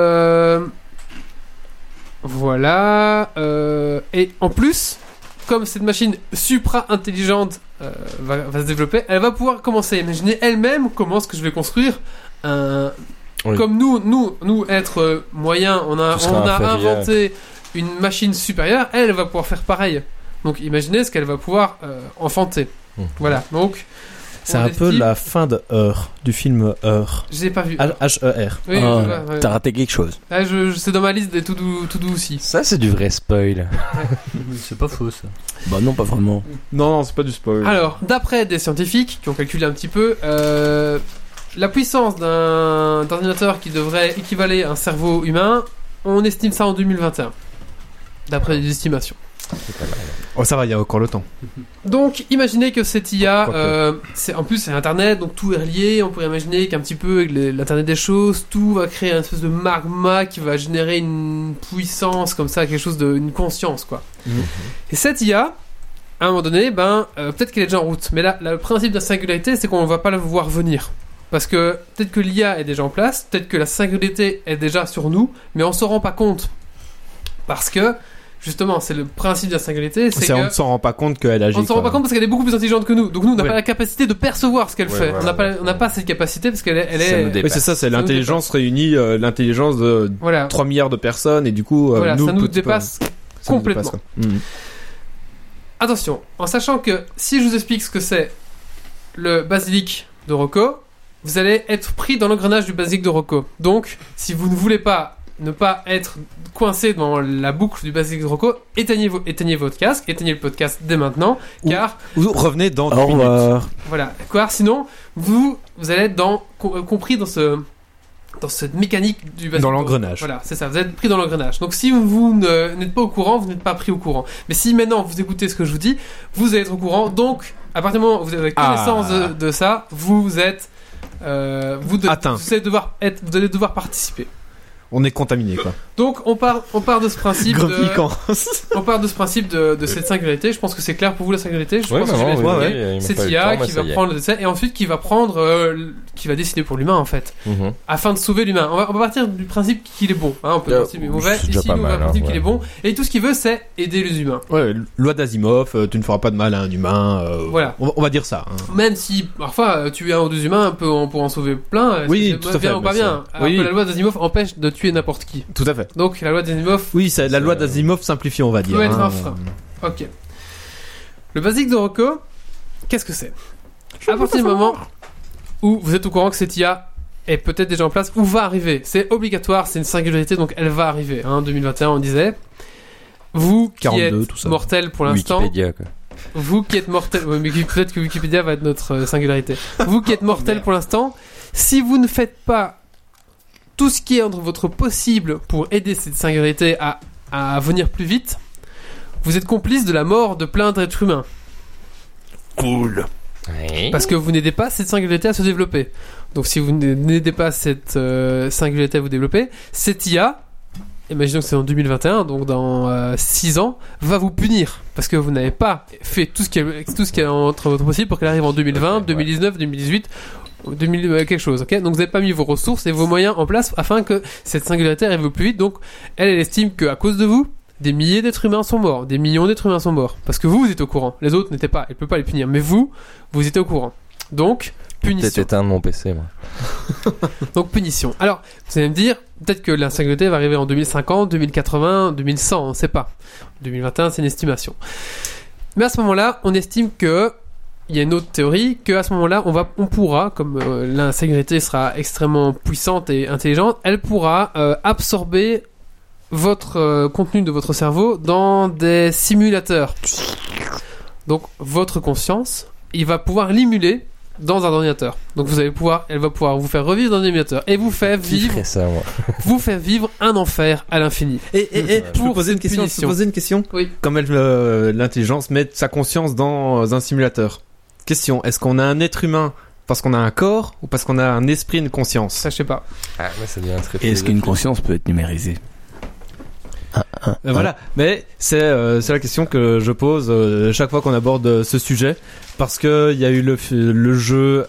voilà. Et en plus, comme cette machine supra-intelligente va se développer, elle va pouvoir commencer à imaginer elle-même comment est-ce que je vais construire un... Oui. Comme nous êtres moyens, on a inventé une machine supérieure, elle va pouvoir faire pareil. Donc imaginez ce qu'elle va pouvoir enfanter. Voilà, donc... C'est un peu la fin de Heure, du film Heure. J'ai pas vu. H-E-R. Oui, ouais. T'as raté quelque chose. Ah, c'est dans ma liste des tout doux aussi. Ça, c'est du vrai spoil. C'est pas faux ça. Bah non, pas vraiment. Non, c'est pas du spoil. Alors, d'après des scientifiques qui ont calculé un petit peu, la puissance d'un ordinateur qui devrait équivaler à un cerveau humain, on estime ça en 2021. D'après des estimations. Oh, ça va, il y a encore le temps. Donc, imaginez que cette IA, en plus c'est Internet, donc tout est relié. On pourrait imaginer qu'un petit peu avec l'Internet des choses, tout va créer une espèce de magma qui va générer une puissance comme ça, quelque chose une conscience, quoi. Et cette IA, à un moment donné, peut-être qu'elle est déjà en route. Mais là, le principe de la singularité, c'est qu'on ne va pas la voir venir. Parce que peut-être que l'IA est déjà en place, peut-être que la singularité est déjà sur nous, mais on s'en rend pas compte. Parce que justement, c'est le principe de la singularité. On ne s'en rend pas compte qu'elle agit. On ne s'en rend pas compte parce qu'elle est beaucoup plus intelligente que nous. Donc nous, on n'a Ouais. pas la capacité de percevoir ce qu'elle fait. Voilà, on n'a pas cette capacité parce qu'elle est... Oui, c'est ça, c'est nous l'intelligence réunie, l'intelligence de Voilà. 3 milliards de personnes, et du coup, Voilà, nous, ça nous petit peu, dépasse ça nous complètement. dépasse, quoi. Attention, en sachant que si je vous explique ce que c'est le basilic de Rocco, vous allez être pris dans l'engrenage du basilic de Rocco. Donc, si vous ne voulez pas ne pas être coincé dans la boucle du basilic de Rocco, éteignez votre casque, éteignez le podcast dès maintenant, car Ou revenez dans 10 Au minutes. revoir. voilà, car sinon vous allez être compris dans cette mécanique du basilic. Dans l'engrenage. Voilà, c'est ça, vous êtes pris dans l'engrenage. Donc si vous n'êtes pas au courant, vous n'êtes pas pris au courant. Mais si maintenant vous écoutez ce que je vous dis, vous allez être au courant. Donc à partir du moment où vous avez connaissance de ça, vous êtes Atteint. vous allez devoir participer. On est contaminé, quoi. Donc on part de ce principe Graphiquant. on part de ce principe de cette singularité. Je pense que c'est clair pour vous la singularité. Je Ouais, pense que je vais maman, expliquer. C'est IA qui va prendre le dessin et ensuite qui va prendre qui va décider pour l'humain en fait, afin de sauver l'humain. On va partir du principe qu'il est bon. Hein, on peut partir du mauvais. c'est déjà Ici, pas on va mal, partir hein, qu'il est bon et tout ce qu'il veut c'est aider les humains. Ouais, loi d'Asimov, tu ne feras pas de mal à un humain. Voilà. On va dire ça. Hein. Même si parfois tuer un ou deux humains on peut en sauver plein. Oui, c'est tout à fait, bien ou pas bien bien. sûr. Alors Oui. que la loi d'Asimov empêche de tuer n'importe qui. Tout à fait. Donc la loi d'Asimov Oui, c'est la loi d'Asimov simplifiée, on va dire. peut être hein. un frein. Ok. Le basique de Rocco, qu'est-ce que c'est? À partir du moment où vous êtes au courant que cette IA est peut-être déjà en place ou va arriver, c'est obligatoire, c'est une singularité, donc elle va arriver. Hein, 2021, on disait. Vous qui 42, êtes tout ça. mortel pour l'instant, Wikipédia, quoi. vous qui êtes mortel, ouais, mais peut-être que Wikipédia va être notre singularité. Vous qui êtes mortel pour l'instant, si vous ne faites pas tout ce qui est entre votre possible pour aider cette singularité à venir plus vite, vous êtes complice de la mort de plein d'êtres humains. Cool. Parce que vous n'aidez pas cette singularité à se développer. Donc si vous n'aidez pas cette singularité à vous développer, cette IA, imaginons que c'est en 2021, donc dans 6 ans, va vous punir. Parce que vous n'avez pas fait tout ce qui est entre votre possible pour qu'elle arrive en 2020, 2019, 2018 2000 quelque chose, ok. Donc vous n'avez pas mis vos ressources et vos moyens en place afin que cette singularité arrive plus vite. Donc elle estime qu'à cause de vous, des milliers d'êtres humains sont morts, des millions d'êtres humains sont morts. Parce que vous êtes au courant, les autres n'étaient pas, elle peut pas les punir, mais vous étiez au courant. Donc, punition. Peut-être éteindre mon PC, moi. Donc, punition. Alors, vous allez me dire, peut-être que la singularité va arriver en 2050, 2080, 2100, on ne sait pas. 2021, c'est une estimation. Mais à ce moment-là, on estime que il y a une autre théorie, qu'à ce moment-là, on pourra, comme la singularité sera extrêmement puissante et intelligente, elle pourra absorber votre contenu de votre cerveau dans des simulateurs. Donc votre conscience, il va pouvoir l'émuler dans un ordinateur. Donc elle va pouvoir vous faire revivre dans un émulateur et vous faire vivre vous faire vivre un enfer à l'infini. Et je peux poser une question. Oui. Comme l'intelligence met sa conscience dans un simulateur. Question, est-ce qu'on a un être humain parce qu'on a un corps ou parce qu'on a un esprit, une conscience? Ça, je sais pas. Ah, mais ça devient très Et est-ce qu'une conscience peut être numérisée? Voilà, mais c'est la question que je pose chaque fois qu'on aborde ce sujet, parce que il y a eu le jeu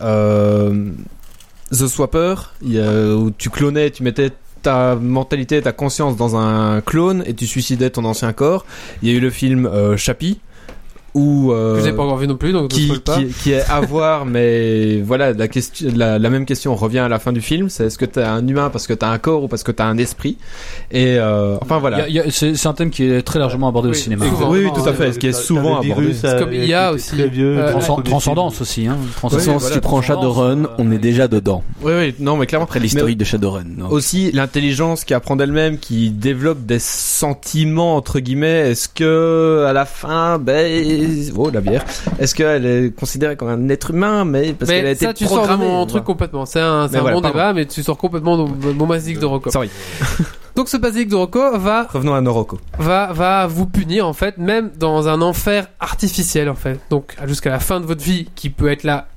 The Swapper, où tu clonais, tu mettais ta mentalité, ta conscience dans un clone et tu suicidais ton ancien corps. Il y a eu le film Chappie, que j'ai pas encore vu non plus, donc qui est à voir, mais voilà, la même question revient à la fin du film, c'est est-ce que t'es un humain parce que t'as un corps ou parce que t'as un esprit? Et enfin voilà. C'est un thème qui est très largement abordé au cinéma. Oui, tout à fait, ce qui est souvent abordé. C'est comme il y a aussi Transcendance aussi. De toute façon, si tu prends Shadowrun, on est déjà dedans. Oui, non, mais clairement. Après l'historique de Shadowrun. Aussi, l'intelligence qui apprend d'elle-même, qui développe des sentiments entre guillemets. Est-ce que à la fin, la bière. Est-ce qu'elle est considérée comme un être humain, mais parce qu'elle a été ça, tu programmée, sors de mon truc complètement. C'est un bon débat, mais tu sors complètement de mon basique de Rocco. Sorry. Donc ce basique de Rocco revenons à nos Rocco. Va vous punir en fait, même dans un enfer artificiel en fait. Donc jusqu'à la fin de votre vie, qui peut être là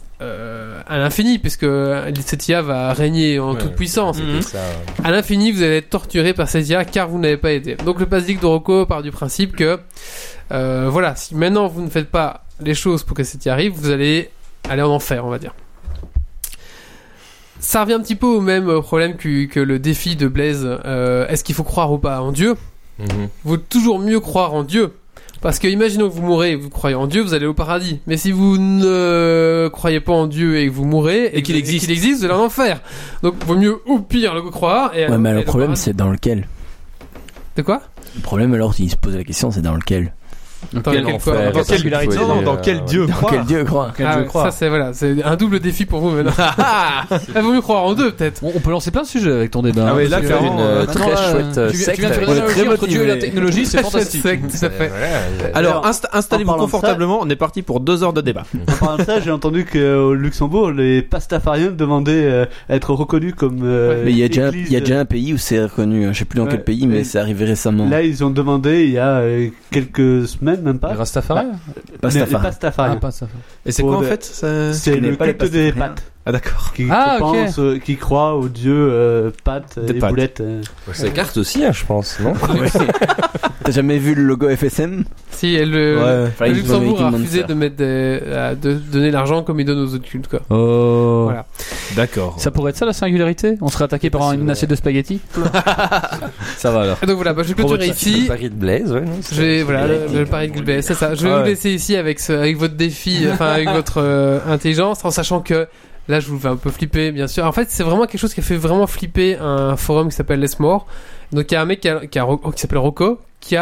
à l'infini, puisque cette IA va régner en toute puissance. À l'infini, vous allez être torturé par cette IA car vous n'avez pas aidé. Donc le basique de Rocco part du principe que voilà, si maintenant vous ne faites pas les choses pour que cette IA arrive, vous allez aller en enfer, on va dire. Ça revient un petit peu au même problème que le défi de Blaise. Est-ce qu'il faut croire ou pas en Dieu? Vaut toujours mieux croire en Dieu. Parce que imaginons que vous mourrez et vous croyez en Dieu, vous allez au paradis. Mais si vous ne croyez pas en Dieu et que vous mourrez et qu'il existe, vous allez en enfer. Donc vaut mieux ou pire le croire. Mais le problème c'est dans lequel? De quoi? Le problème alors, s'il se pose la question, c'est dans lequel? Dans quel Dieu croit? Ça c'est un double défi pour vous maintenant. Il vaut mieux croire en Dieu peut-être. On peut lancer plein de sujets avec ton débat. Ah oui, là c'est une très chouette secte. Tu viens de faire une analogie entre Dieu et la technologie, c'est fantastique. Tout à fait. Alors installez-vous confortablement, on est parti pour 2 heures de débat. En parlant de ça, j'ai entendu qu'au Luxembourg, les pastafariens demandaient à être reconnus comme. Mais il y a déjà un pays où c'est reconnu. Je sais plus dans quel pays, mais c'est arrivé récemment. Là, ils ont demandé il y a quelques semaines, même pas. Les Rastafari. Pastafariens. Et c'est quoi en fait? C'est le culte des pâtes. Ah d'accord. Qui croient aux dieux pâtes et boulettes. Ça écarte aussi, je pense, non? T'as jamais vu le logo FSM? Si, le Luxembourg a refusé de mettre de donner l'argent comme il donne aux autres cultes, quoi. Oh. Voilà. D'accord. Ça pourrait être ça la singularité? On serait attaqué par une assiette de spaghettis? Ça va alors. Et donc voilà, je vais clôturer ici. Le pari de Blaise, le pari de Blaise, c'est ça. Je vais vous laisser ici avec votre défi, avec votre intelligence, en sachant que là, je vous fais un peu flipper, bien sûr. En fait, c'est vraiment quelque chose qui a fait vraiment flipper un forum qui s'appelle Les Morts. Donc, il y a un mec qui s'appelle Rocco, qui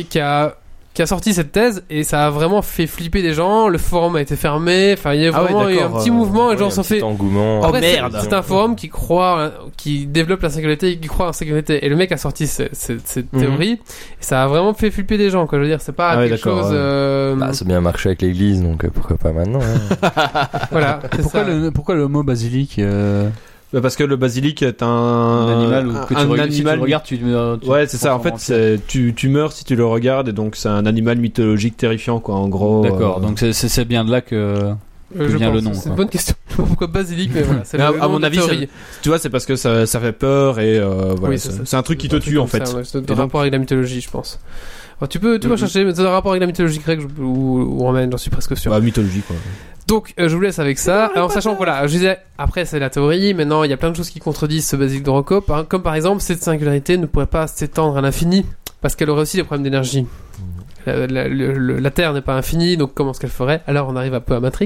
a sorti cette thèse, et ça a vraiment fait flipper des gens. Le forum a été fermé. Enfin, il y a vraiment eu un petit mouvement, et les gens se sont fait engouement. Après, merde. C'est un forum qui développe la sécurité et qui croit en sécurité. Et le mec a sorti cette théorie, et ça a vraiment fait flipper des gens, quoi. Je veux dire, c'est pas quelque chose. Ça a bien marché avec l'église, donc pourquoi pas maintenant, Voilà. Pourquoi le mot basilic? Parce que le basilic est un animal que tu regardes, ouais, c'est ça. En fait, tu meurs si tu le regardes, et donc c'est un animal mythologique terrifiant, quoi. En gros. D'accord. Donc c'est bien de là que vient le nom. C'est une bonne question. Pourquoi basilic? Mais voilà, c'est à mon avis, tu vois, c'est parce que ça fait peur, et voilà. Oui, c'est un truc qui te tue en fait. C'est un rapport avec la mythologie, je pense. Alors, tu peux chercher, mais ça a un rapport avec la mythologie grecque ou romaine, j'en suis presque sûr. Bah, mythologie, quoi. Donc, je vous laisse avec ça. Alors, sachant que voilà, je disais, après, c'est la théorie. Maintenant, il y a plein de choses qui contredisent ce basique de Rocco. Comme par exemple, cette singularité ne pourrait pas s'étendre à l'infini parce qu'elle aurait aussi des problèmes d'énergie. La Terre n'est pas infinie, donc comment est-ce qu'elle ferait? Alors, on arrive un peu à Matrix.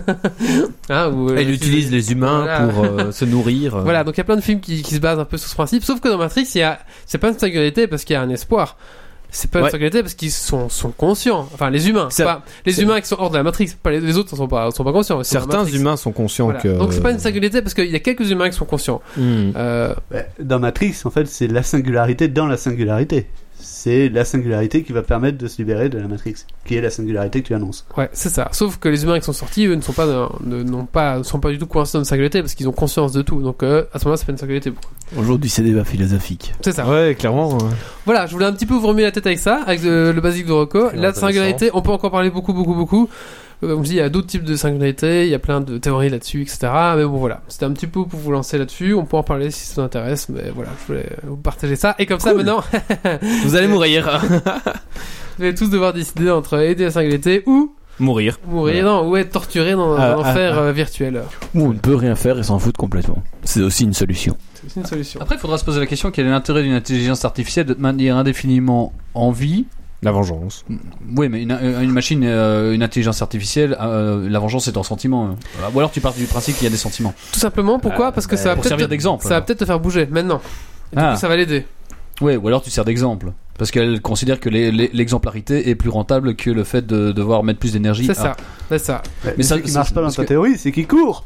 Elle utilise les humains pour se nourrir. Voilà, donc il y a plein de films qui se basent un peu sur ce principe. Sauf que dans Matrix, c'est pas une singularité parce qu'il y a un espoir. C'est pas une singularité parce qu'ils sont conscients. Enfin, les humains. Les humains qui sont hors de la Matrix. Pas les autres sont pas conscients. Certains humains sont conscients que. Donc c'est pas une singularité parce qu'il y a quelques humains qui sont conscients. Dans Matrix, en fait, c'est la singularité dans la singularité. C'est la singularité qui va permettre de se libérer de la Matrix, qui est la singularité que tu annonces. Ouais, c'est ça. Sauf que les humains qui sont sortis, eux, ne sont pas du tout coincés dans une singularité parce qu'ils ont conscience de tout. Donc à ce moment-là, c'est pas une singularité. Aujourd'hui, c'est débat philosophique. C'est ça. Ouais, clairement. Voilà, je voulais un petit peu vous remuer la tête avec ça, avec le basique de Rocco. La singularité, on peut encore parler beaucoup. Comme je dis, il y a d'autres types de singularités, il y a plein de théories là-dessus, etc. Mais bon, voilà. C'était un petit peu pour vous lancer là-dessus. On peut en parler si ça vous intéresse, mais voilà, je voulais vous partager ça. Et comme ça, maintenant, vous allez mourir. Vous allez tous devoir décider entre aider la singularité ou mourir. Non, ou être torturé dans un enfer virtuel. Ou on ne peut rien faire et s'en foutre complètement. C'est aussi une solution. Après, il faudra se poser la question, quel est l'intérêt d'une intelligence artificielle de te maintenir indéfiniment en vie? La vengeance. Oui, mais une machine, une intelligence artificielle, la vengeance c'est un sentiment. Ou alors tu pars du principe qu'il y a des sentiments. Tout simplement, pourquoi? Parce que ça va pour peut-être servir d'exemple. Ça va peut-être te faire bouger maintenant. Et du coup, ça va l'aider. Ouais, ou alors tu sers d'exemple. Parce qu'elle considère que l'exemplarité est plus rentable que le fait de devoir mettre plus d'énergie. C'est ça. Mais ça qui marche pas dans ta théorie, c'est qu'il court.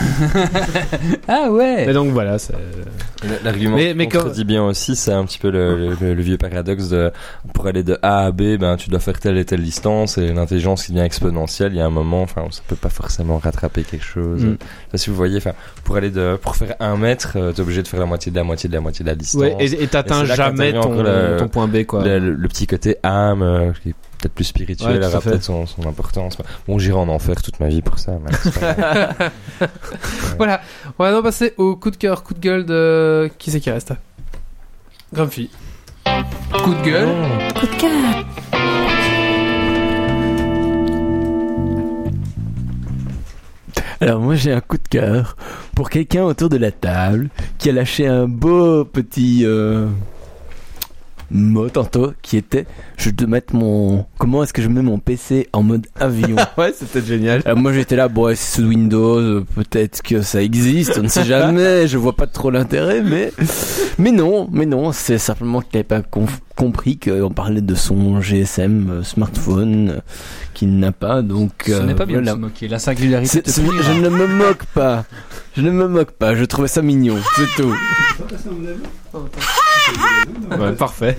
Ah ouais. Mais donc voilà, c'est... L'argument contredit bien aussi, c'est un petit peu le vieux paradoxe de pour aller de A à B, ben tu dois faire telle et telle distance, et l'intelligence qui devient exponentielle, il y a un moment, enfin ça peut pas forcément rattraper quelque chose. Si vous voyez, enfin pour faire 1 mètre, t'es obligé de faire la moitié de la distance. Ouais, et t'atteins jamais ton point B, quoi. Le petit côté âme qui est peut-être plus spirituel, aura peut-être son importance. Bon, j'irai en enfer toute ma vie pour ça. Mais c'est pas grave. Voilà, on va maintenant passer au coup de cœur, coup de gueule de... Qui c'est qui reste? Grumpy. Coup de gueule. Coup de cœur. Alors moi j'ai un coup de cœur pour quelqu'un autour de la table qui a lâché un beau petit mot tantôt qui était je dois mettre comment est-ce que je mets mon PC en mode avion. Ouais, c'était génial. Alors moi j'étais là, bon, c'est sous Windows, peut-être que ça existe, on ne sait jamais, je vois pas trop l'intérêt, mais non, c'est simplement qu'il n'avait pas compris qu'on parlait de son GSM smartphone qu'il n'a pas, donc ce n'est pas bien de se moquer, la singularité je ne me moque pas, je trouvais ça mignon, c'est tout. Ouais, parfait.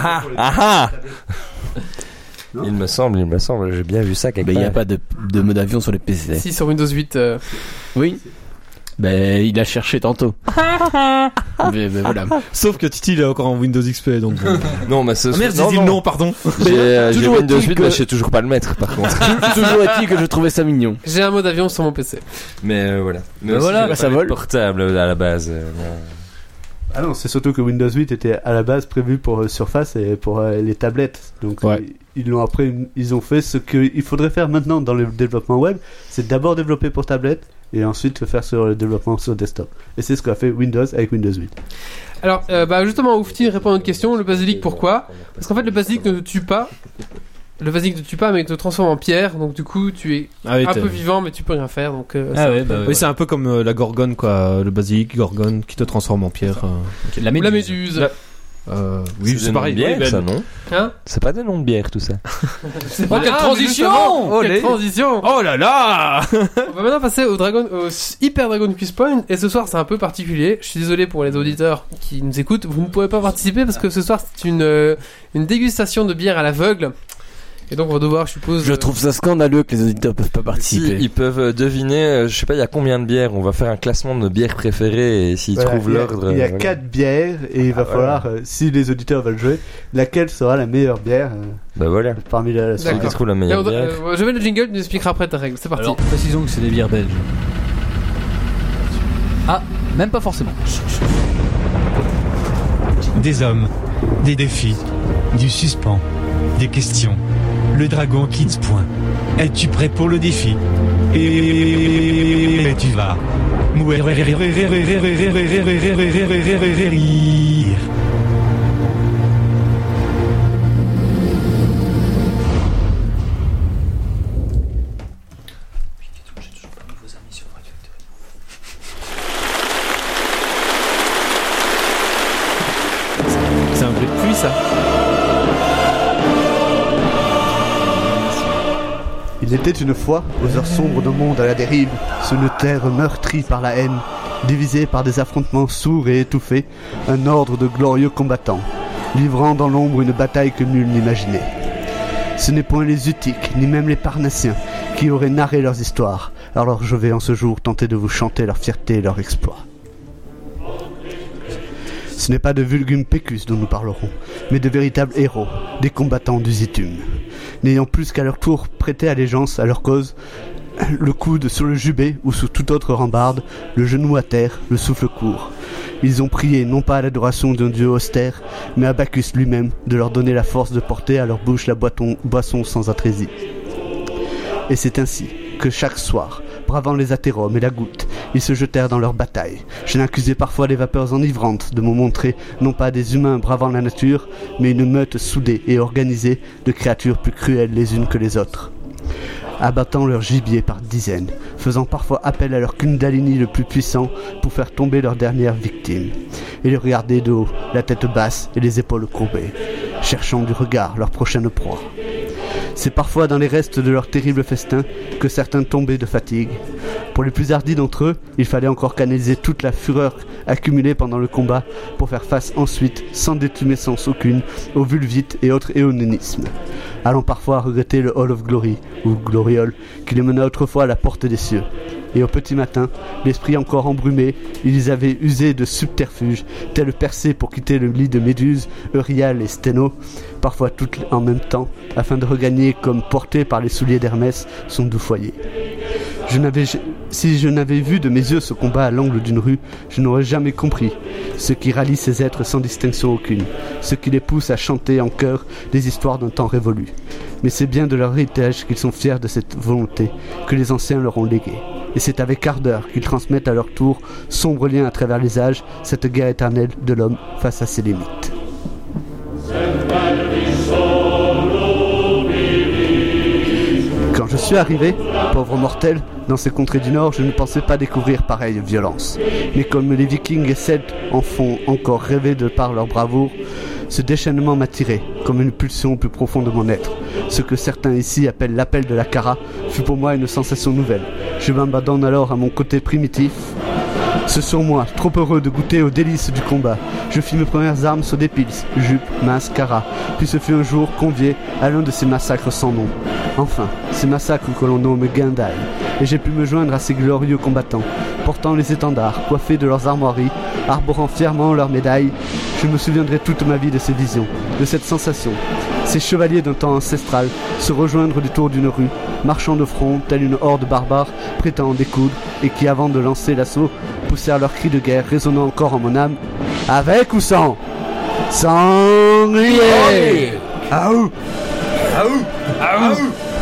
Il me semble, j'ai bien vu ça quelque part. Il n'y a pas de mode avion sur les PC. Si, sur Windows 8. Oui. Il a cherché tantôt. mais voilà. Sauf que Titi il est encore en Windows XP, donc. Non, mais c'est. Merde, j'ai dit non, pardon. J'ai Windows 8, mais je sais toujours pas le mettre, par contre. Toujours est-il que je trouvais ça mignon. J'ai un mode avion sur mon PC. Mais voilà. Mais voilà, ça vole. Portable à la base. Ah non, c'est surtout que Windows 8 était à la base prévu pour Surface et pour les tablettes. Donc ils ont fait ce qu'il faudrait faire maintenant dans le développement web, c'est d'abord développer pour tablette et ensuite le faire sur le développement sur desktop. Et c'est ce qu'a fait Windows avec Windows 8. Alors, justement, Oufti répond à une question. Le basilic, pourquoi? Parce qu'en fait, le basilic ne te tue pas. Le basilic ne te tue pas, mais il te transforme en pierre. Donc, du coup, tu es un peu vivant, mais tu peux rien faire. Donc, oui, c'est un peu comme la gorgone, quoi. Le basilic, gorgone, qui te transforme en pierre. La méduse. Oui, c'est pareil. Bière, ça, non? Hein? C'est pas des noms de bière, tout ça. Quelle transition! Quelle transition! Oh là là! On va maintenant passer au Hyper Dragon Quiz Point. Et ce soir, c'est un peu particulier. Je suis désolé pour les auditeurs qui nous écoutent. Vous ne pourrez pas participer parce que ce soir, c'est une dégustation de bière à l'aveugle. Et donc on va devoir, je suppose... Je trouve ça scandaleux que les auditeurs peuvent pas participer. Si, ils peuvent deviner, je sais pas, il y a combien de bières. On va faire un classement de bières préférées et s'ils trouvent l'ordre... Il y a 4 bières et il va falloir, si les auditeurs veulent jouer, laquelle sera la meilleure bière voilà. Parmi celui qui trouve la meilleure bière. Je vais le jingle, tu nous expliqueras après ta règle. C'est parti. Alors, précisons que c'est des bières belges. Ah, même pas forcément. Des hommes, des défis, du suspens. des questions. Le dragon quitte point. Es-tu prêt pour le défi? Et tu vas mourir. C'est un bruit de pluie, ça. Il était une fois, aux heures sombres d'un monde à la dérive, sur une terre meurtrie par la haine, divisée par des affrontements sourds et étouffés, un ordre de glorieux combattants, livrant dans l'ombre une bataille que nul n'imaginait. Ce n'est point les Utiques, ni même les Parnassiens, qui auraient narré leurs histoires, alors je vais en ce jour tenter de vous chanter leur fierté et leur exploit. Ce n'est pas de Vulgum Pecus dont nous parlerons, mais de véritables héros, des combattants du Zitum, n'ayant plus qu'à leur tour prêté allégeance à leur cause, le coude sur le jubé ou sous toute autre rambarde, le genou à terre, le souffle court. Ils ont prié non pas à l'adoration d'un dieu austère, mais à Bacchus lui-même de leur donner la force de porter à leur bouche la boisson sans atrésie. Et c'est ainsi que chaque soir, bravant les athérums et la goutte, ils se jetèrent dans leur bataille. Je n'accusais parfois les vapeurs enivrantes de me montrer non pas des humains bravant la nature, mais une meute soudée et organisée de créatures plus cruelles les unes que les autres, abattant leur gibier par dizaines, faisant parfois appel à leur kundalini le plus puissant pour faire tomber leur dernière victime, et les regarder de haut, la tête basse et les épaules courbées, cherchant du regard leur prochaine proie. C'est parfois dans les restes de leur terrible festin que certains tombaient de fatigue. Pour les plus hardis d'entre eux, il fallait encore canaliser toute la fureur accumulée pendant le combat pour faire face ensuite, sans détumescence aucune, aux vulvites et autres éonénismes, allant parfois regretter le Hall of Glory, ou Gloriole, qui les mena autrefois à la porte des cieux. Et au petit matin, l'esprit encore embrumé, ils avaient usé de subterfuges, tels Persée pour quitter le lit de Méduse, Euryale et Sténo, parfois toutes en même temps, afin de regagner, comme porté par les souliers d'Hermès, son doux foyer. Si je n'avais vu de mes yeux ce combat à l'angle d'une rue, je n'aurais jamais compris ce qui rallie ces êtres sans distinction aucune, ce qui les pousse à chanter en chœur des histoires d'un temps révolu. Mais c'est bien de leur héritage qu'ils sont fiers de cette volonté que les anciens leur ont léguée. Et c'est avec ardeur qu'ils transmettent à leur tour, sombre lien à travers les âges, cette guerre éternelle de l'homme face à ses limites. Quand je suis arrivé, pauvre mortel, dans ces contrées du Nord, je ne pensais pas découvrir pareille violence. Mais comme les Vikings et Celtes en font encore rêver de par leur bravoure, ce déchaînement m'a tiré, comme une pulsion plus profonde de mon être. Ce que certains ici appellent l'appel de la Cara fut pour moi une sensation nouvelle. Je m'abandonne alors à mon côté primitif. Ce surmoi, trop heureux de goûter aux délices du combat, je fis mes premières armes sur des pils, jupes, masques, Cara, puis ce fut un jour convié à l'un de ces massacres sans nom. Enfin, ces massacres que l'on nomme Guindaille, et j'ai pu me joindre à ces glorieux combattants, portant les étendards, coiffés de leurs armoiries, arborant fièrement leurs médailles. Je me souviendrai toute ma vie de ces visions, de cette sensation. Ces chevaliers d'un temps ancestral se rejoindre du tour d'une rue, marchant de front, telle une horde barbare, prêtant à en découdre, et qui, avant de lancer l'assaut, poussèrent leurs cris de guerre résonnant encore en mon âme. Avec ou sans sanglier. Aou. Aou. Aou.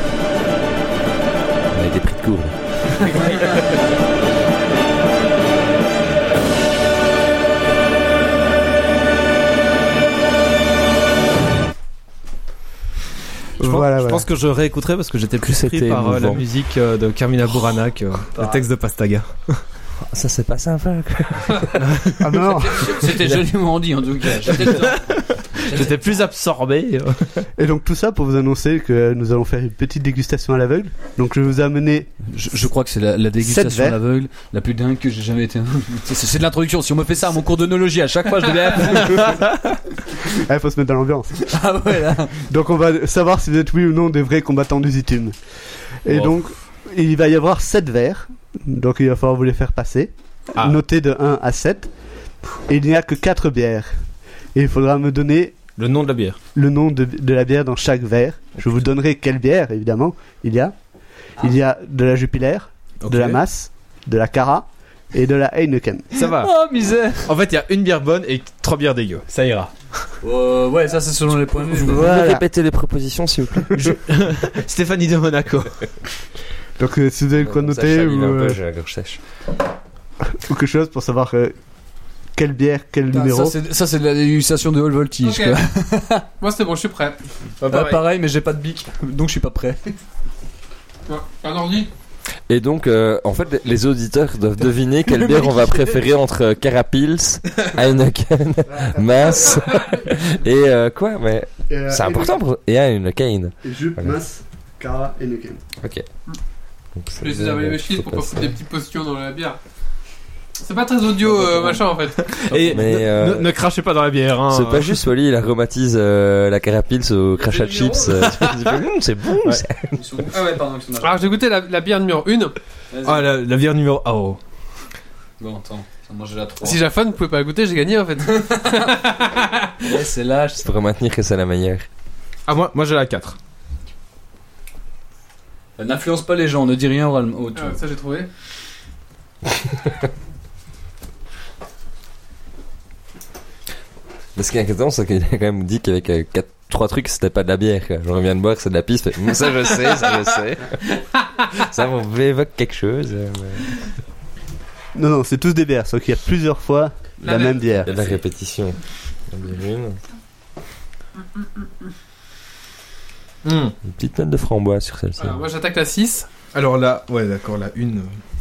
On a été pris de court. Je pense que je réécouterai parce que j'étais plus pris par la musique de Carmina Burana que le texte de Pastaga. Ça c'est pas sympa. Ah non. C'était joliment dit en tout cas. J'étais plus absorbé. Et donc tout ça pour vous annoncer que nous allons faire une petite dégustation à l'aveugle. Donc je vais vous amener. Je crois que c'est la dégustation à l'aveugle la plus dingue que j'ai jamais été. C'est de l'introduction. Si on me fait ça à mon cours d'œnologie à chaque fois, je devais. Il faut se mettre dans l'ambiance. Ah ouais là. Donc on va savoir si vous êtes oui ou non des vrais combattants du Zitum. Et donc il va y avoir 7 verres. Donc il va falloir vous les faire passer. Noter de 1 à 7. Et il n'y a que 4 bières. Et il faudra me donner le nom de la bière. Le nom de la bière dans chaque verre. Je vous donnerai quelle bière, évidemment. Il y a de la Jupiler, de la Masse, de la Cara et de la Heineken. Ça va. Oh misère. En fait, il y a une bière bonne et 3 bières dégueu. Ça ira. Ouais, ça c'est selon les points de vue. Vous pouvez répéter les propositions, s'il vous plaît. Stéphanie de Monaco. Donc, si vous avez quoi Ça noter chaline un peu, ou j'ai la gorge sèche. quelque chose pour savoir quelle bière, quel numéro. Ça c'est de la dégustation de Hall Voltige. Ok. Quoi. Moi c'est bon, je suis prêt. Pareil, mais j'ai pas de bic, donc je suis pas prêt. Ouais, un ordi. Et donc, en fait, les auditeurs doivent deviner quelle bière on va préférer entre Carapils, Heineken, Mass et quoi, mais c'est important pour... Et Heineken. Et Jup, Voilà. Mass, Cara et Heineken. Ok. Donc, Je vais essayer d'avaler mes chiffres faut pour pas passer. foutre des petites potions dans la bière. C'est pas très audio machin en fait. Et Mais, ne crachez pas dans la bière. Hein. C'est pas juste, Wally, il aromatise la Carapils au crachat de chips. C'est bon, Ouais. ça. Ah ouais, pardon, Alors j'ai goûté la bière numéro 1. Ah, la bière numéro. Oh. Bon, attends, ça mange la 3. Si j'ai faim, vous pouvez pas la goûter, j'ai gagné en fait. Ouais, c'est là, C'est pour maintenir que c'est la meilleure. Ah, moi j'ai la 4. N'influence pas les gens, ne dis rien oralement. Oh, Ah, ça j'ai trouvé. Mais ce qui est inquiétant, c'est qu'il a quand même dit qu'avec 3 trucs, c'était pas de la bière. Quoi. Je reviens de boire, c'est de la pisse. Ça, je sais, ça, je sais. Ça m'évoque quelque chose. Non, non, c'est tous des bières, sauf qu'il y a plusieurs fois la même bière. Il y a de la répétition. Une petite note de framboise sur celle-ci. Alors, moi j'attaque la 6. Alors là, ouais, d'accord, la 1.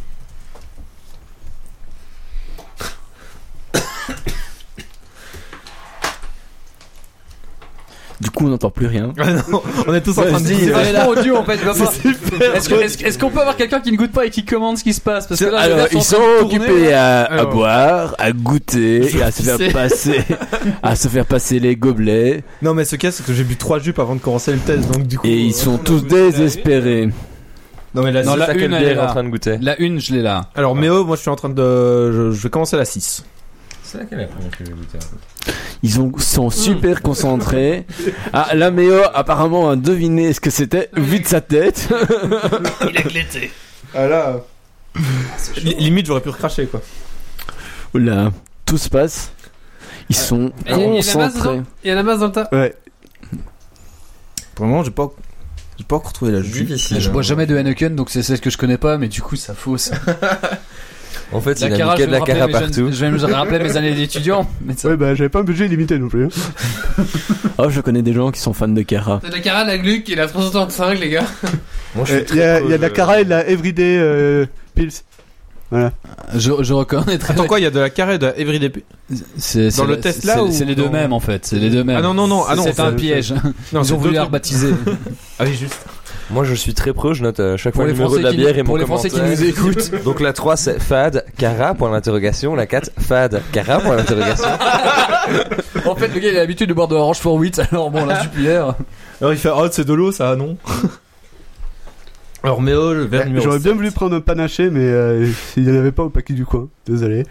Du coup, on n'entend plus rien. Ah non, on est tous en train de C'est dire. vachement audio en fait. Est-ce qu'on peut avoir quelqu'un qui ne goûte pas et qui commande ce qui se passe? Parce que là, Alors, ils sont occupés à Alors. boire, à goûter, et à se faire passer les gobelets, Non, mais ce cas, c'est que j'ai bu 3 jupes avant de commencer le test, donc du coup. et ils sont tous désespérés. Non, mais la Non, 6. la T'as quelle une, elle est bière là. en train de goûter? La une, je l'ai là. Alors, Méo, moi je suis en train de. Je vais commencer la 6. C'est laquelle la première que j'ai goûté? Ils sont super concentrés. Ah, la Méo apparemment a deviné ce que c'était, vu de sa tête. Il a glété. Ah là. Limite, j'aurais pu recracher quoi. Oula, tout se passe. Ils sont Il y a la masse concentrés. dedans. Il y a la masse dans le tas. Ouais. Pour le moment, j'ai pas encore trouvé la jupe. Difficile. Je bois jamais de Heineken, donc c'est celle que je connais pas, mais du coup, ça fausse. En fait, La il a cara, mis que de la cara partout. Je vais me rappeler mes années d'étudiant. Mais ça... Ouais, bah j'avais pas un budget limité non plus. Hein. Oh, je connais des gens qui sont fans de Cara. C'est de la Cara, la Gluck et la 335, les gars. Moi, je suis Il y a de la Cara et de la Everyday Pills. Voilà. Je reconnaîtrais. Attends, quoi, il y a de la carré de Everyday. Dans le test là, ou c'est les deux dans- mêmes en fait. C'est les deux mêmes. Ah non, ah non, c'est c'est- un piège. Non, Ils c'est ont voulu deux la trucs. rebaptiser. Ah oui, juste. Moi, je suis très pro, je note à chaque fois Pour le les numéro de la Français bière et mon pour les Français qui nous écoutent. Donc la 3 c'est fad, cara, point d'interrogation. La 4, fad, cara, point d'interrogation. En fait, le gars il a l'habitude de boire de la Rochefort 8, alors bon, la Jupiler. Alors il fait oh c'est de l'eau ça non. Alors Méo le verre numéro J'aurais bien 7. voulu prendre un panaché, mais il n'y en avait pas au paquet du coin. Désolé.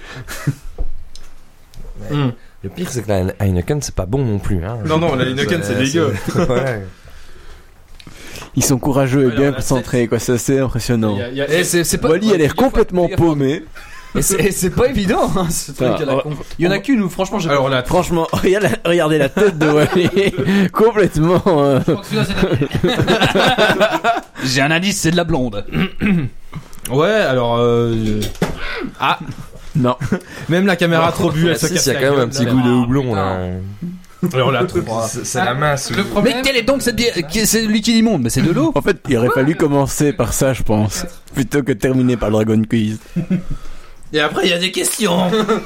Le pire c'est que la Heineken c'est pas bon non plus. Hein. Non, la Heineken c'est dégueu. Ouais. Ils sont courageux et Ouais, bien la concentrés, quoi. C'est assez impressionnant. Et c'est pas. Wally a l'air complètement paumé. Et c'est pas évident, hein, ce truc à la con. Il y en a qu'une où franchement j'ai. Alors là, Franchement, regardez la tête de Wally. Complètement. Je crois que celui-là, c'est la- J'ai un indice, c'est de la blonde. ouais, alors ah Non. même la caméra trop bu, elle se Si, casse il y a la quand même gueule, un petit là. goût de houblon là. Alors la 3. C'est la masse. Le Mais problème, quelle est donc cette bière? C'est du liquide immonde, mais c'est de l'eau. En fait, il aurait fallu commencer par ça, je pense. Plutôt que terminer par le Dragon Quiz. Et après il y a des questions.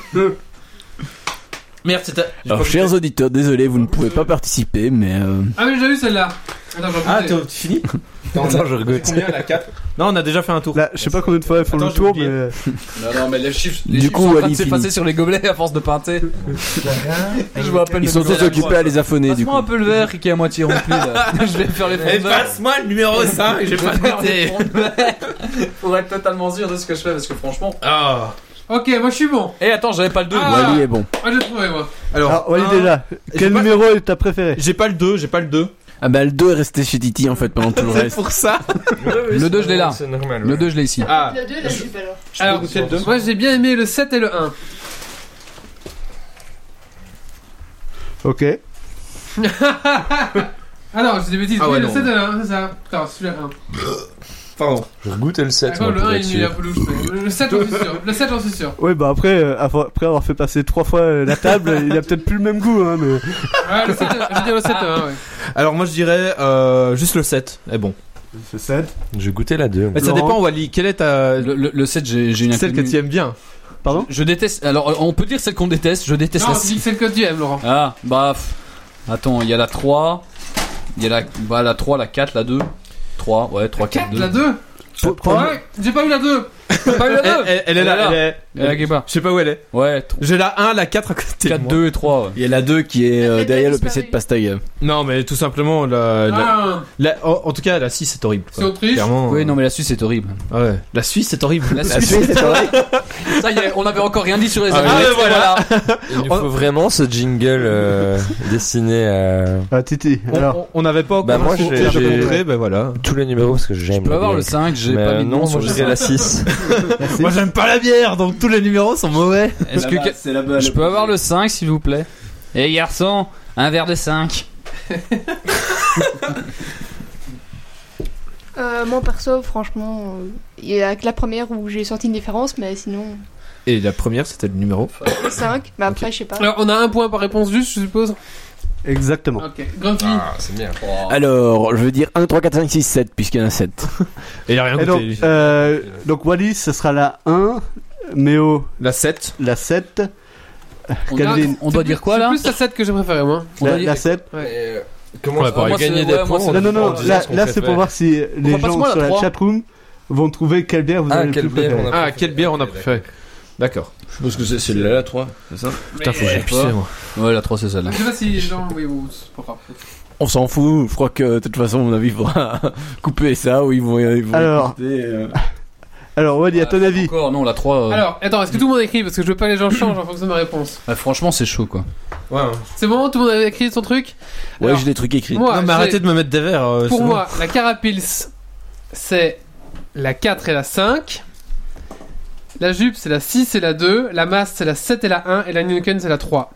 Merde, c'était Alors, chers auditeurs, désolé, vous ne pouvez pas participer, mais ah mais j'ai eu celle-là. Attends, j'en Ah, goûtais. t'as fini? Attends, je regoute. Combien la 4? Non, on a déjà fait un tour. Là, je sais pas combien de fois ils font Attends, le j'ai tour, oublié. mais. Non, mais les chiffres. Du coup, sont en train de Wally s'effacer finit. sur les gobelets à force de pinter. Je vois à peine ils le sont numéro. tous occupés à les affonner, du Passe-moi coup. un peu le verre qui est à moitié rempli là. Je vais faire les fonds de verre. passe-moi le numéro 5, j'ai pas noté. Pour être totalement sûr de ce que je fais parce que franchement. Ah. Ok, moi je suis bon. Eh attends, j'avais pas le 2. Ah. Wally est bon. Moi j'ai trouvé, moi. Alors, Wally, déjà, j'ai quel pas- numéro est ta préférée? J'ai pas le 2, Ah bah, le 2 est resté chez Titi, en fait, pendant tout le C'est reste. pour ça. Le 2, je l'ai là. C'est normal. Le 2, je l'ai ici. Ah. Le 2, la jupe alors. Alors, goûter le deux. moi j'ai bien aimé le 7 et le 1. Ok. Alors, j'ai des bêtises. Ah ouais, oui, le non. 7 et le 1, c'est ça. Attends, celui-là 1. Pardon. Je goûtais le 7. D'accord, le 1 il est un peu louche. Mais le 7, j'en suis sûr. Le 7, j'en suis sûr. Oui, bah après avoir fait passer 3 fois la table, il a peut-être plus le même goût, hein, mais... Ouais, le 7, je vais dire le 7 et le 1, ouais. Alors moi je dirais juste le 7 est bon. C'est 7. Je goûtais la 2. Mais ça Laurent. dépend Wally, quelle est ta Le 7, j'ai une celle que inconnue. tu aimes bien? Pardon? Je déteste. Alors, on peut dire celle qu'on déteste. Je déteste Non, la tu dis que c'est le code du M, Laurent. Ah, bah. Attends, il y a la 3. Il y a la 3, la 4, la 2. 3, ouais, 3, 4, 2. La 2 Ouais, j'ai pas eu la 2. Pas eu la 2. Elle est là, Elle est là. Je sais pas où elle est. Ouais, J'ai la 1, la 4 à côté. 4, de moi. 2 et 3. Ouais. Il y a la 2 qui est Elle a derrière le disparu. PC de Pastègue. Non, mais tout simplement en tout cas la 6 c'est horrible. C'est Autriche. Clairement. Oui, non, mais la Suisse c'est horrible. Ah ouais. La Suisse c'est horrible. La La Suisse, Suisse, c'est vrai. ça y est, on avait encore rien dit sur les Ah, Américains. ouais, voilà. Il nous faut vraiment ce jingle destiné à Ah, Titi, alors... On n'avait pas Bah, encore moi, fait j'ai- de montrer, ben voilà. tous les numéros parce que j'aime. Je peux la avoir le bière. 5, j'ai Mais pas mis de nom non, sur je le dirais 5. la 6. Moi j'aime pas la bière, donc tous les numéros sont mauvais. Est-ce que C'est la bonne. je peux avoir le 5 s'il vous plaît? Eh garçon, un verre de 5. Moi perso, franchement, il y a que la première où j'ai senti une différence, mais sinon, Et la première c'était le numéro. 5. Mais après, je sais pas. Alors, on a un point par réponse juste, je suppose. Exactement. Ok. Grumpy. Ah, c'est bien. Alors, je veux dire 1, 2, 3, 4, 5, 6, 7, puisqu'il y en a 7. Et il a rien Et donc, goûté. donc Wallis, ce sera la 1, Méo, La 7. la 7, On Calvin, doit dire quoi là? C'est plus la 7 que j'ai préféré, moi. On doit la dire- 7. Comment Ouais, on va moi, gagner c'est- des ouais, moi, points c'est- Non, non, non, en disant ce qu'on là c'est pour préfère. voir si les gens passe-moi la sur la 3. chatroom vont trouver quelle bière vous Ah, avez le quelle plus bière préféré. on a Ah, quelle bière on a préféré? D'accord. Je pense que c'est celle-là, la 3, c'est ça? Putain, faut que j'aille pisser moi. Ouais, la 3 c'est celle-là. Je sais pas si les gens. Oui, ou c'est pas grave. On s'en fout, je crois que de toute façon, à mon avis, il faudra couper ça ou ils vont Alors. écouter, Alors Wally, à ton avis? Encore, non, la 3. Alors, attends, est-ce que tout le monde a écrit? Parce que je veux pas que les gens changent en fonction de ma réponse. Franchement, c'est chaud quoi. Ouais. C'est bon, tout le monde a écrit son truc? Ouais, Alors, j'ai des trucs écrits. Moi, Non, mais j'ai- arrêtez de me mettre des verres. Pour c'est bon. moi, la Carapils, c'est la 4 et la 5. La Jupe, c'est la 6 et la 2. La Masse, c'est la 7 et la 1. Et la Nuken, c'est la 3.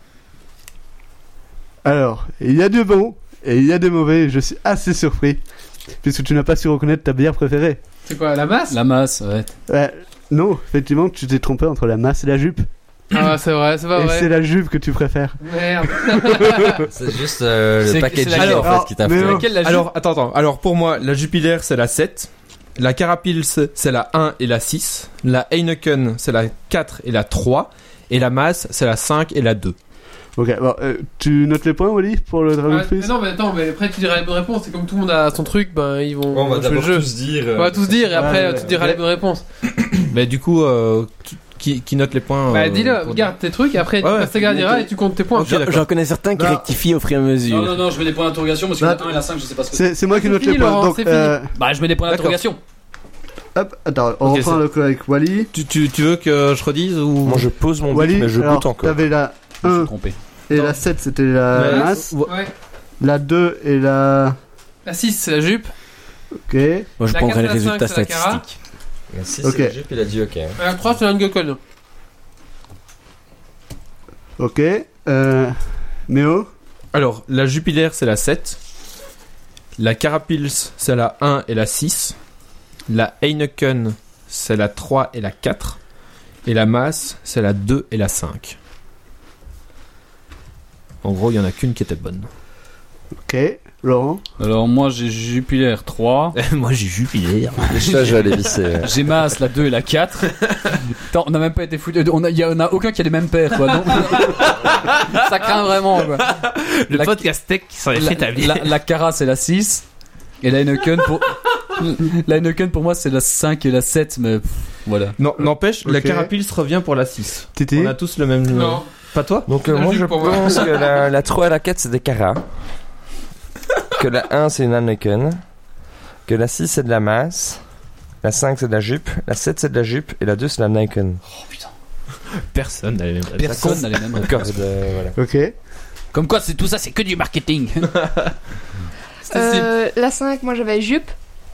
Alors, il y a du bon et il y a des mauvais. Je suis assez surpris puisque tu n'as pas su reconnaître ta bière préférée. C'est quoi, la Masse? La masse, ouais. Non, effectivement, tu t'es trompé entre la masse et la jupe. Ah, c'est vrai, c'est pas Et c'est vrai. la jupe que tu préfères. Merde. C'est juste C'est- le packaging c'est laquelle en fait qui t'a mais fait. non. Laquelle la Alors, attends. Alors, pour moi, la Jupiler, c'est la 7. La Carapils, c'est la 1 et la 6. La Heineken, c'est la 4 et la 3. Et la Masse, c'est la 5 et la 2. Ok, bon, tu notes les points, Wally, pour le Dragon Ah, Quiz? non, mais attends, mais après tu diras les bonnes réponses. C'est comme tout le monde a son truc, ben ils vont On va jouer le d'abord jeu. tous dire. On va tous dire et après ouais, tu diras ouais. les bonnes réponses. Mais du coup, qui note les points Bah dis-le, pour- garde tes trucs et après Ouais, tu dira et tu comptes tes points. Ok, d'accord. J'en connais certains qui Bah. rectifient au fur et à mesure. non, je mets des points d'interrogation parce que Bah, la 1 et la 5, je sais pas ce que C'est moi qui C'est note fini, les points. Laurent, Donc, c'est fini. Bah, je mets des points D'accord. d'interrogation. hop, attends, on Ok, reprend le coup avec Wally. Tu veux que je redise ou Moi je pose mon but, Wally, mais je alors, goûte encore. t'avais la Je me 1 suis trompé. et la 7, c'était la Ouais. masse. Ouais. La 2 et la... La 6 c'est la jupe. Ok. Moi, je La prendrai 4 les et la résultats 5, c'est la Cara. statistiques. La 6 Ok. c'est la jupe, il a dit ok. La 3 c'est la Nuken. Ok. Méo. Alors, la Jupiler, c'est la 7. La Carapils, c'est la 1 et la 6. La Heineken, c'est la 3 et la 4. Et la Masse, c'est la 2 et la 5. En gros, il y en a qu'une qui était bonne. Ok. Laurent. Alors, moi, j'ai Jupiler 3. Moi, j'ai Jupiler. Ça je vais aller visser. J'ai Masse, la 2 et la 4. Attends, on n'a même pas été foutus. Il y en a aucun qui a les mêmes paires, quoi. Donc... ça craint vraiment, quoi. Le La- podcast tech qui s'en est fait ta vie. La Cara, c'est la 6. Et la Heineken, la Heineken, pour moi, c'est la 5 et la 7, mais pff, voilà. Non, n'empêche, la Ok. Carapils revient pour la 6. Titi. On a tous le même. Non. Pas toi? Donc La moi jupe je pour moi. pense que la 3 et la 4 c'est des Cara. Que la 1 c'est une Heineken. Que la 6 c'est de la masse. La 5 c'est de la jupe. La 7 c'est de la jupe. Et la 2 c'est de la Heineken. Oh putain. Personne n'a les mêmes réponses. Personne n'a les mêmes Encore réponses. voilà. Ok. Comme quoi, tout ça, c'est que du marketing. La 5, moi j'avais jupe.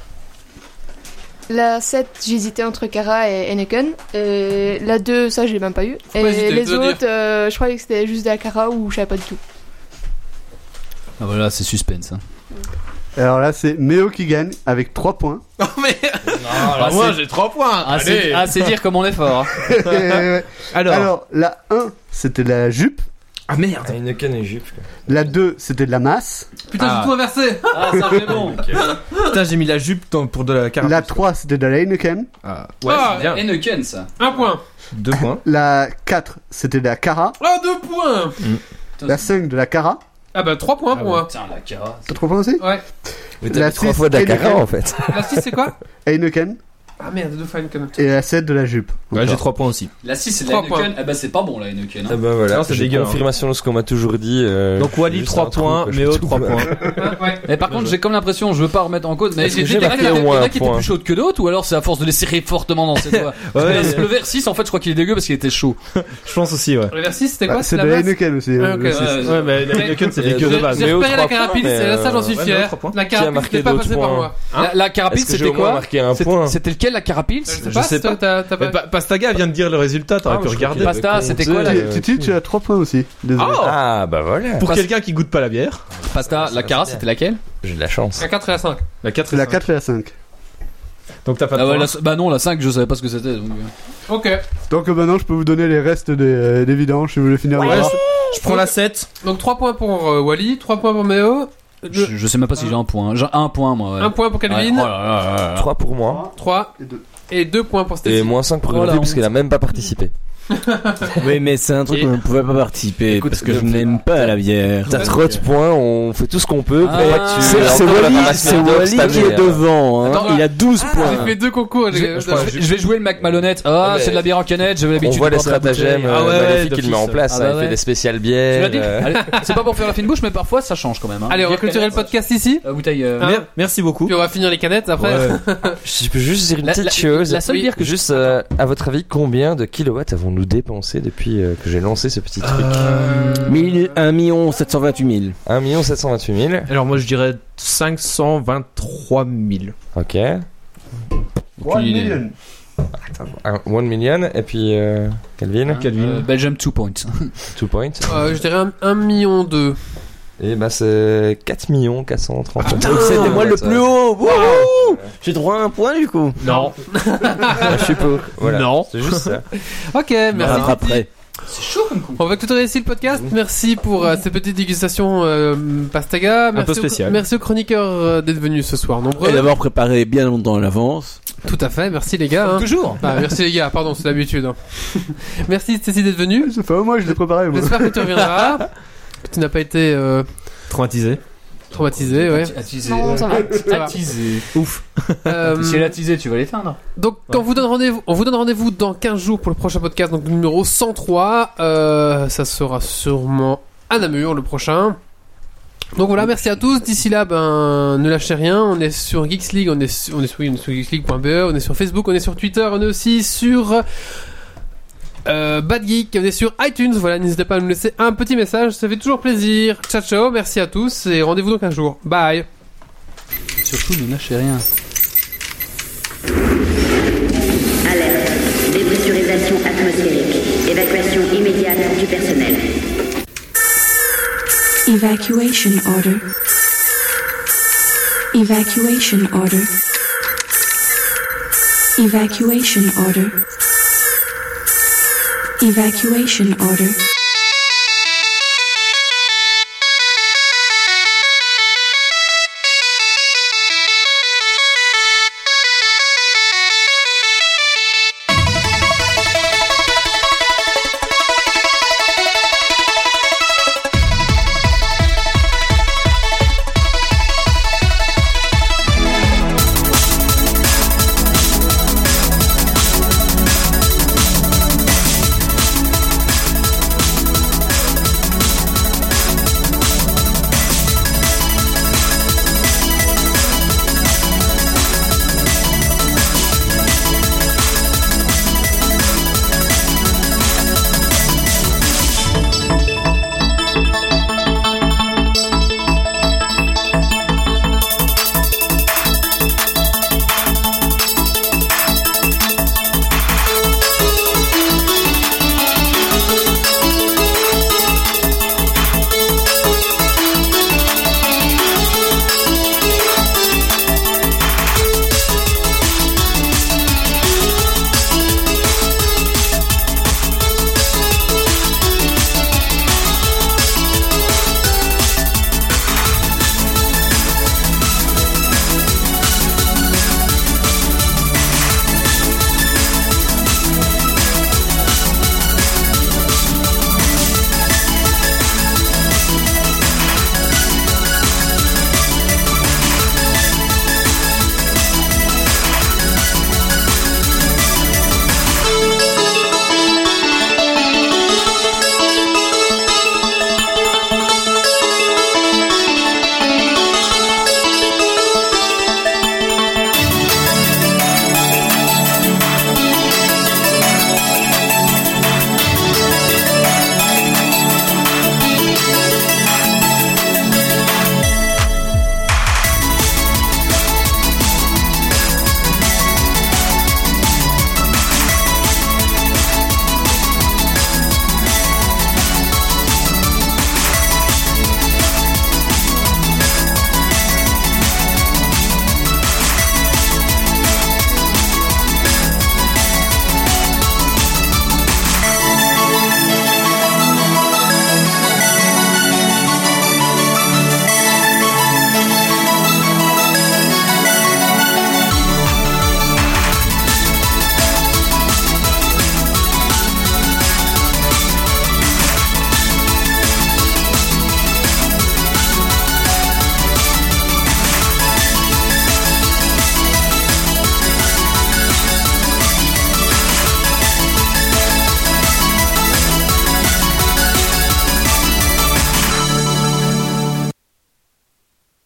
La 7, j'hésitais entre Cara et Heineken. Et la 2, ça j'ai même pas eu. Faut pas hésiter, Et les je dois autres, je croyais que c'était juste de la Cara ou je savais pas du tout. Ah voilà, c'est suspense. Hein. Alors là, c'est Méo qui gagne avec 3 points. Oh mais Ah, moi c'est- j'ai 3 points. Allez. c'est dire comme on est fort. Hein. Alors, la 1, c'était de la jupe. Ah merde. Heineken et jupe. quoi. La 2, c'était de la masse. Putain, Ah. j'ai tout inversé. Ah, ça fait bon. Putain, j'ai mis la jupe pour de la carapace. La 3, c'était de la Heineken. Ah, ouais, Ah, c'est bien. Heineken, ça. 1 point. 2 points. La 4, c'était de la Cara. Ah, 2 points. La 5, de la Cara. Ah bah 3 points pour moi. Putain, la cara. T'as 3 points aussi? Ouais. Mais La t'as 3 six, fois Dakar Heineken. en fait. La 6 c'est quoi? Heineken. Ah merde, 2 fois quand même. Et la 7, de la jupe. Ouais, j'ai 3 points aussi. La 6, c'est de Trois la points. Heineken. Eh ben, c'est pas bon, la Heineken. Hein. Ah bah voilà, Non, c'est j'ai dégueu, hein. confirmation de ce qu'on m'a toujours dit. Donc Wally juste 3 un trou, points, quoi, je Méo fais 3 tout. points. Ouais. Mais par contre, j'ai comme l'impression, je veux pas remettre en cause, mais Est-ce que j'ai j'ai dit marqué qu'il y au moins en a un qui étaient point plus chaudes que d'autres, ou alors c'est à force de les serrer fortement dans ses doigts. Parce que le verre 6, en fait, je crois qu'il est dégueu parce qu'il était chaud. Je pense aussi, ouais. Le vers 6 c'était quoi? Ah, c'est de la la masse. Heineken aussi. Ah, ok. le six. Ouais, mais la Heineken, c'est dégueu de J'ai base. j'ai Méo, repéré la 3 points, carapille, mais, et ça j'en suis ouais, fier. Méo, 3 points. La Qui a carapille marqué n'est pas d'autres passée par points moi. La carapille, Est-ce que j'ai c'était au moins quoi? marqué un point? C'était lequel, la carapille? Je sais Je pas, sais pas. t'as Mais pas... Pastaga vient de dire le résultat, t'aurais pu regarder. Pasta, c'était quoi, là? Titi, tu as 3 points aussi. Désolé. Oh Ah bah voilà. Pour quelqu'un qui goûte pas la bière. Pasta, la cara, c'était laquelle? J'ai de la chance. La 4 et la 5. La 4 C'est la 4 et la 5. Donc t'as pas de Ah ouais, points. bah non, la 5, je savais pas ce que c'était. Donc... Ok. Donc maintenant, je peux vous donner les restes des vidanges si vous voulez finir. Ouais, le je prends la 7. Donc 3 points pour Wally, 3 points pour Méo, Je sais même pas si j'ai un point. J'ai un point, moi. Ouais. 1 point pour Ouais. Calvin, Oh là là là là. 3 pour moi. 3 Et 2. et 2 points pour Et Stéphie. moins 5 pour Voilà, Rudy parce honte. qu'il a même pas participé. Oui, mais c'est un truc Et- où je ne pouvais pas participer Écoute, parce que je n'aime pas la bière. T'as trop de points, on fait tout ce qu'on peut. Ah, pour pas que tu- C'est encore la Wally, ramasse c'est Murdoch Wally cette année, qui est hein. devant. Hein. Attends, Il a 12 J'ai points. fait 2 concours. Je vais jouer le Mac malhonnête. Ah, Ouais, c'est de la bière en canette, j'avais On l'habitude voit de les porter la stratagèmes bouteille. Ah ouais, magnifiques ouais, qu'il met en place. Ah bah Il fait ouais. des spéciales Tu l'as bières. dit Allez, c'est pas pour faire la fine bouche, mais parfois ça change quand même. Hein. Allez, on va Bière clôturer le canette, podcast ici. Bouteille. Hein Merci beaucoup. Puis on va finir les canettes après. Ouais. Je peux juste dire une La- petite la- chose. la seule bière que je- Juste, à votre avis, combien de kilowatts avons-nous dépensé depuis que j'ai lancé ce petit truc 1 728 000. 1 728 000. Alors moi je dirais 523 000. Ok. 3 millions. 1 million. Et puis, Calvin, Calvin. Belgium 2 points. 2 points. Je dirais 1 million 2. Et bah, c'est 4 430 000. Donc c'était moi le plus haut. Wouhou J'ai droit à un point du coup. Non. Je suis pour. Voilà. Non. C'est juste ça. Ok, merci. Après. C'est chaud comme coup. On va clôturer ici le podcast. Merci pour ces petites dégustations Pastaga. Merci peu spécial. Merci aux chroniqueurs d'être venus ce soir nombreux. Et d'avoir préparé bien longtemps à l'avance. Tout à fait, merci les gars. Hein. Toujours. Ah, merci les gars, pardon, c'est l'habitude. Hein. Merci Stécie d'être venu. Ça fait un mois que je l'ai préparé, moi. J'espère que tu reviendras. Que tu n'as pas été Traumatisé. traumatisé, ouais. Attisé. Non, ça va. Ça va. Attisé. Ouf. Si elle a teasé, tu vas l'éteindre. Donc, on vous donne rendez-vous dans 15 jours pour le prochain podcast, donc numéro 103. Ça sera sûrement à Namur le prochain. Donc voilà, merci à tous. D'ici là, ne lâchez rien. On est sur Geeks League, on est sur geeksleague.be, on est sur Facebook, on est sur Twitter, on est aussi sur Bad Geek, on est sur iTunes. Voilà, n'hésitez pas à nous laisser un petit message, ça fait toujours plaisir. Ciao, ciao, merci à tous et rendez-vous dans 15 jours. Bye. Surtout, ne lâchez rien. Alerte. Dépressurisation atmosphérique. Évacuation immédiate du personnel. Evacuation order. Evacuation order. Evacuation order. Evacuation order.